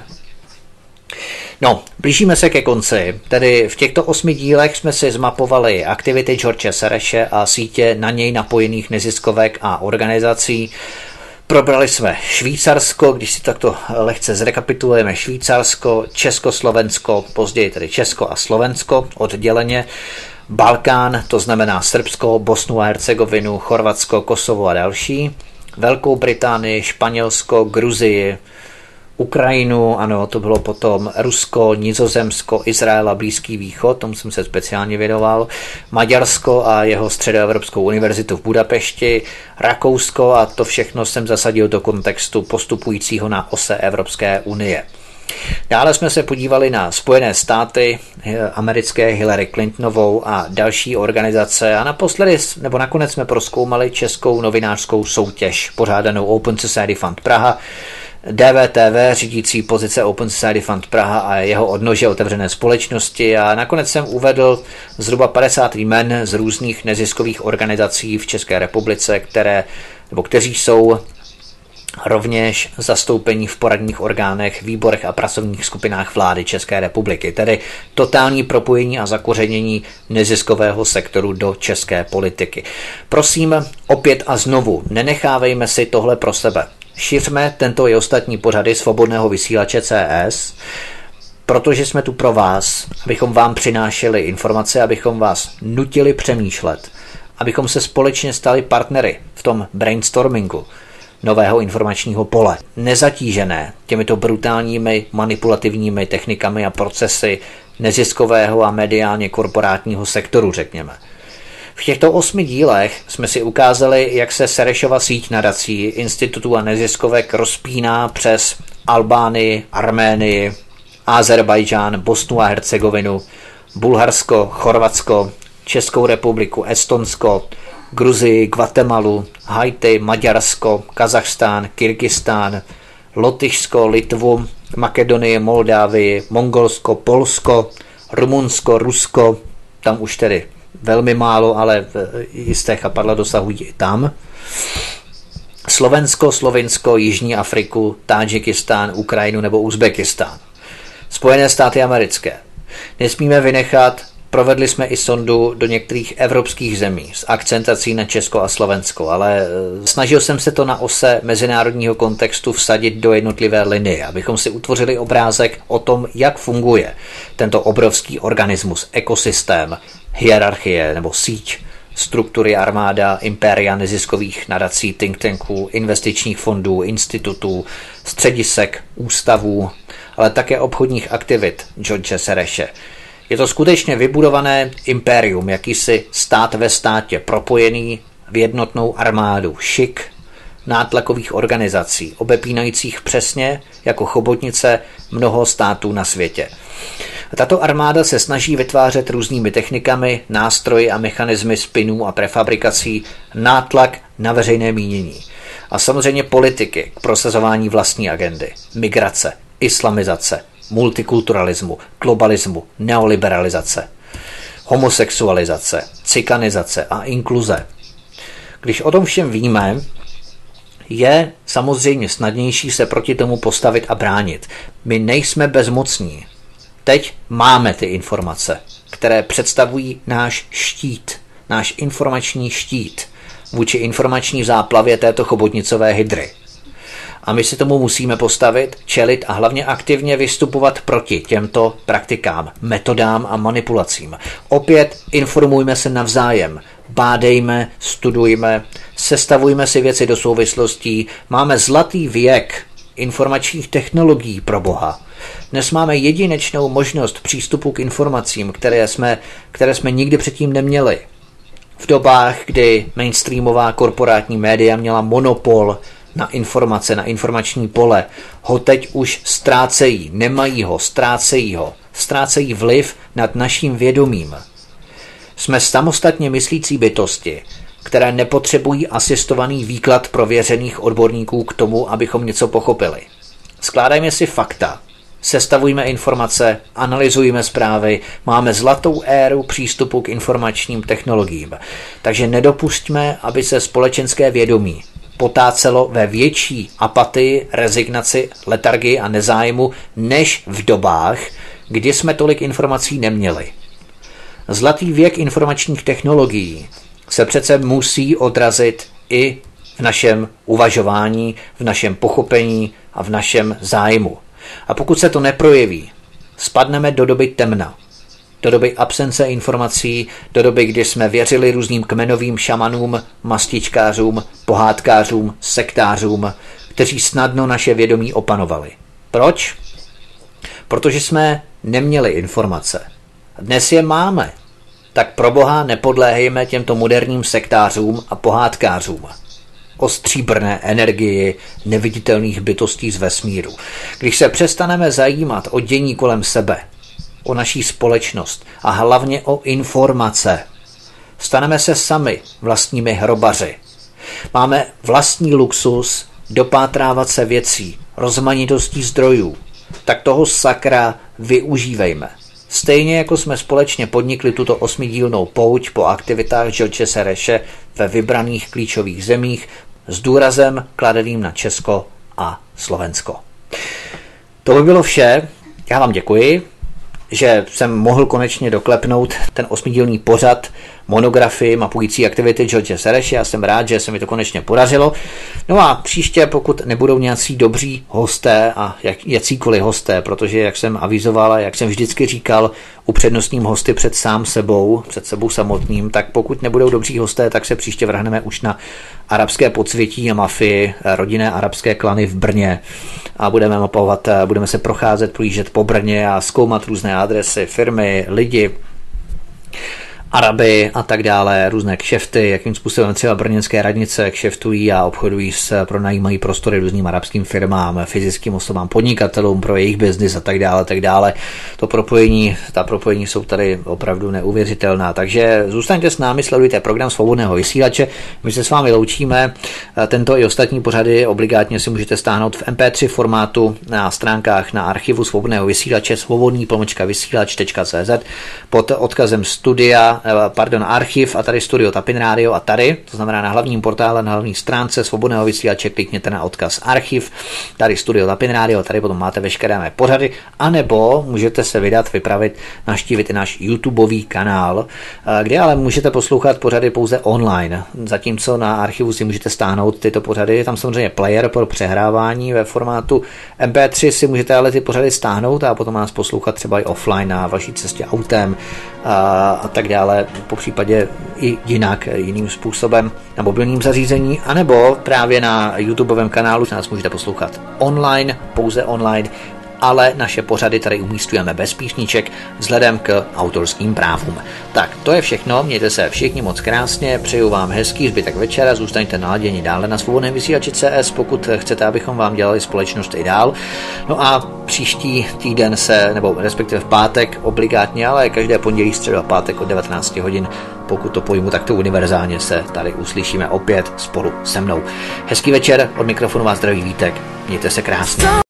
No, blížíme se ke konci, tedy v těchto osmi dílech jsme si zmapovali aktivity George Sorose a sítě na něj napojených neziskovek a organizací. Probrali jsme Švýcarsko, když si takto lehce zrekapitulujeme Švýcarsko, Československo, později tedy Česko a Slovensko odděleně, Balkán, to znamená Srbsko, Bosnu a Hercegovinu, Chorvatsko, Kosovo a další, Velkou Británii, Španělsko, Gruzii, Ukrajinu, ano, to bylo potom Rusko, Nizozemsko, Izrael a Blízký východ, tomu jsem se speciálně věnoval, Maďarsko a jeho středoevropskou univerzitu v Budapešti, Rakousko a to všechno jsem zasadil do kontextu postupujícího na ose Evropské unie. Dále jsme se podívali na Spojené státy, americké Hillary Clintonovou a další organizace a naposledy, nebo nakonec jsme prozkoumali českou novinářskou soutěž pořádanou Open Society Fund Praha, D V T V, řídící pozice Open Society Fund Praha a jeho odnože otevřené společnosti a nakonec jsem uvedl zhruba padesát jmen z různých neziskových organizací v České republice, které, nebo kteří jsou rovněž zastoupení v poradních orgánech, výborech a pracovních skupinách vlády České republiky, tedy totální propojení a zakořenění neziskového sektoru do české politiky. Prosím, opět a znovu, nenechávejme si tohle pro sebe. Šiřme tento i ostatní pořady svobodného vysílače C S, protože jsme tu pro vás, abychom vám přinášeli informace, abychom vás nutili přemýšlet, abychom se společně stali partnery v tom brainstormingu nového informačního pole. Nezatížené těmito brutálními manipulativními technikami a procesy neziskového a mediálně korporátního sektoru, řekněme. V těchto osmi dílech jsme si ukázali, jak se Serešova síť nadací, institutů a neziskovek rozpíná přes Albánii, Arménii, Azerbajdžán, Bosnu a Hercegovinu, Bulharsko, Chorvatsko, Českou republiku, Estonsko, Gruzii, Guatemalu, Haiti, Maďarsko, Kazachstán, Kyrgyzstán, Lotyšsko, Litvu, Makedonii, Moldávii, Mongolsko, Polsko, Rumunsko, Rusko, tam už tedy velmi málo, ale jisté chapadla dosahují i tam. Slovensko, Slovinsko, Jižní Afriku, Tádžikistán, Ukrajinu nebo Uzbekistán. Spojené státy americké. Nesmíme vynechat, provedli jsme i sondu do některých evropských zemí s akcentací na Česko a Slovensko, ale snažil jsem se to na ose mezinárodního kontextu vsadit do jednotlivé linie, abychom si utvořili obrázek o tom, jak funguje tento obrovský organismus, ekosystém, hierarchie nebo síť, struktury armáda, impéria neziskových nadací, think tanků, investičních fondů, institutů, středisek, ústavů, ale také obchodních aktivit George Sereše. Je to skutečně vybudované impérium, jakýsi stát ve státě, propojený v jednotnou armádu, šik nátlakových organizací, obepínajících přesně jako chobotnice mnoho států na světě. Tato armáda se snaží vytvářet různými technikami, nástroji a mechanismy spinů a prefabrikací nátlak na veřejné mínění. A samozřejmě politiky k prosazování vlastní agendy, migrace, islamizace, multikulturalismu, globalismu, neoliberalizace, homosexualizace, cikanizace a inkluze. Když o tom všem víme, je samozřejmě snadnější se proti tomu postavit a bránit. My nejsme bezmocní. Teď máme ty informace, které představují náš štít, náš informační štít vůči informační záplavě této chobotnicové hydry. A my si tomu musíme postavit, čelit a hlavně aktivně vystupovat proti těmto praktikám, metodám a manipulacím. Opět informujme se navzájem, bádejme, studujme, sestavujme si věci do souvislostí, máme zlatý věk informačních technologií pro boha. Dnes máme jedinečnou možnost přístupu k informacím, které jsme, které jsme nikdy předtím neměli. V dobách, kdy mainstreamová korporátní média měla monopol na informace, na informační pole, ho teď už ztrácejí, nemají ho, ztrácejí ho, ztrácejí vliv nad naším vědomím. Jsme samostatně myslící bytosti, které nepotřebují asistovaný výklad prověřených odborníků k tomu, abychom něco pochopili. Skládajme si fakta, sestavujme informace, analyzujme zprávy, máme zlatou éru přístupu k informačním technologiím. Takže nedopustíme, aby se společenské vědomí potácelo ve větší apatii, rezignaci, letargii a nezájmu, než v dobách, kdy jsme tolik informací neměli. Zlatý věk informačních technologií se přece musí odrazit i v našem uvažování, v našem pochopení a v našem zájmu. A pokud se to neprojeví, spadneme do doby temna, do doby absence informací, do doby, kdy jsme věřili různým kmenovým šamanům, mastičkářům, pohádkářům, sektářům, kteří snadno naše vědomí opanovali. Proč? Protože jsme neměli informace. Dnes je máme. Tak pro boha nepodléhejme těmto moderním sektářům a pohádkářům o stříbrné energii neviditelných bytostí z vesmíru. Když se přestaneme zajímat o dění kolem sebe, o naší společnost a hlavně o informace, staneme se sami vlastními hrobaři. Máme vlastní luxus dopátrávat se věcí, rozmanitostí zdrojů. Tak toho sakra využívejme. Stejně jako jsme společně podnikli tuto osmidílnou pouť po aktivitách George Soreše ve vybraných klíčových zemích s důrazem kladeným na Česko a Slovensko. To by bylo vše. Já vám děkuji, že jsem mohl konečně doklepnout ten osmidílný pořad monografii mapující aktivity George Soreše. Já jsem rád, že se mi to konečně podařilo. No a příště, pokud nebudou nějací dobří hosté a jak, jakýkoliv hosté, protože jak jsem avizoval a jak jsem vždycky říkal, upřednostním hosty před sám sebou, před sebou samotným, tak pokud nebudou dobří hosté, tak se příště vrhneme už na arabské podsvětí a mafii, rodinné arabské klany v Brně a budeme mapovat, budeme se procházet, projíždět po Brně a zkoumat různé adresy, firmy, lidi, Araby a tak dále, různé kšefty, jakým způsobem třeba brněnské radnice kšeftují a obchodují s, pronajímají prostory různým arabským firmám, fyzickým osobám, podnikatelům pro jejich biznis a tak dále, tak dále. To propojení, ta propojení jsou tady opravdu neuvěřitelná. Takže zůstaňte s námi, sledujte program Svobodného vysílače. My se s vámi loučíme. Tento i ostatní pořady obligátně si můžete stáhnout v em pé tři formátu na stránkách na archivu Svobodného vysílače svobodný pomlčka vysílač tečka cé zet pod odkazem studia pardon, archiv a tady studio Tapin Radio a tady, to znamená na hlavním portále, na hlavní stránce Svobodného vysílače klikněte na odkaz archiv, tady studio Tapin Radio, tady potom máte veškeré mé pořady, anebo můžete se vydat, vypravit, navštívit i náš YouTubeový kanál, kde ale můžete poslouchat pořady pouze online, zatímco na archivu si můžete stáhnout tyto pořady, je tam samozřejmě player pro přehrávání ve formátu em pé tři, si můžete ale ty pořady stáhnout a potom nás poslouchat třeba i offline na vaší cestě autem a, a tak dále, po případě i jinak, jiným způsobem na mobilním zařízení, anebo právě na YouTubeovém kanálu nás můžete poslouchat online, pouze online, ale naše pořady tady umístujeme bez písniček vzhledem k autorským právům. Tak, to je všechno, mějte se všichni moc krásně, přeju vám hezký zbytek večera, zůstaňte naladěni dále na Svobodném vysílači C S, pokud chcete, abychom vám dělali společnost i dál. No a příští týden se, nebo respektive v pátek obligátně, ale každé pondělí, středu a pátek od devatenácti hodin, pokud to pojmu takto univerzálně, se tady uslyšíme opět spolu se mnou. Hezký večer, od mikrofonu vás zdraví Vítek, mějte se krásně.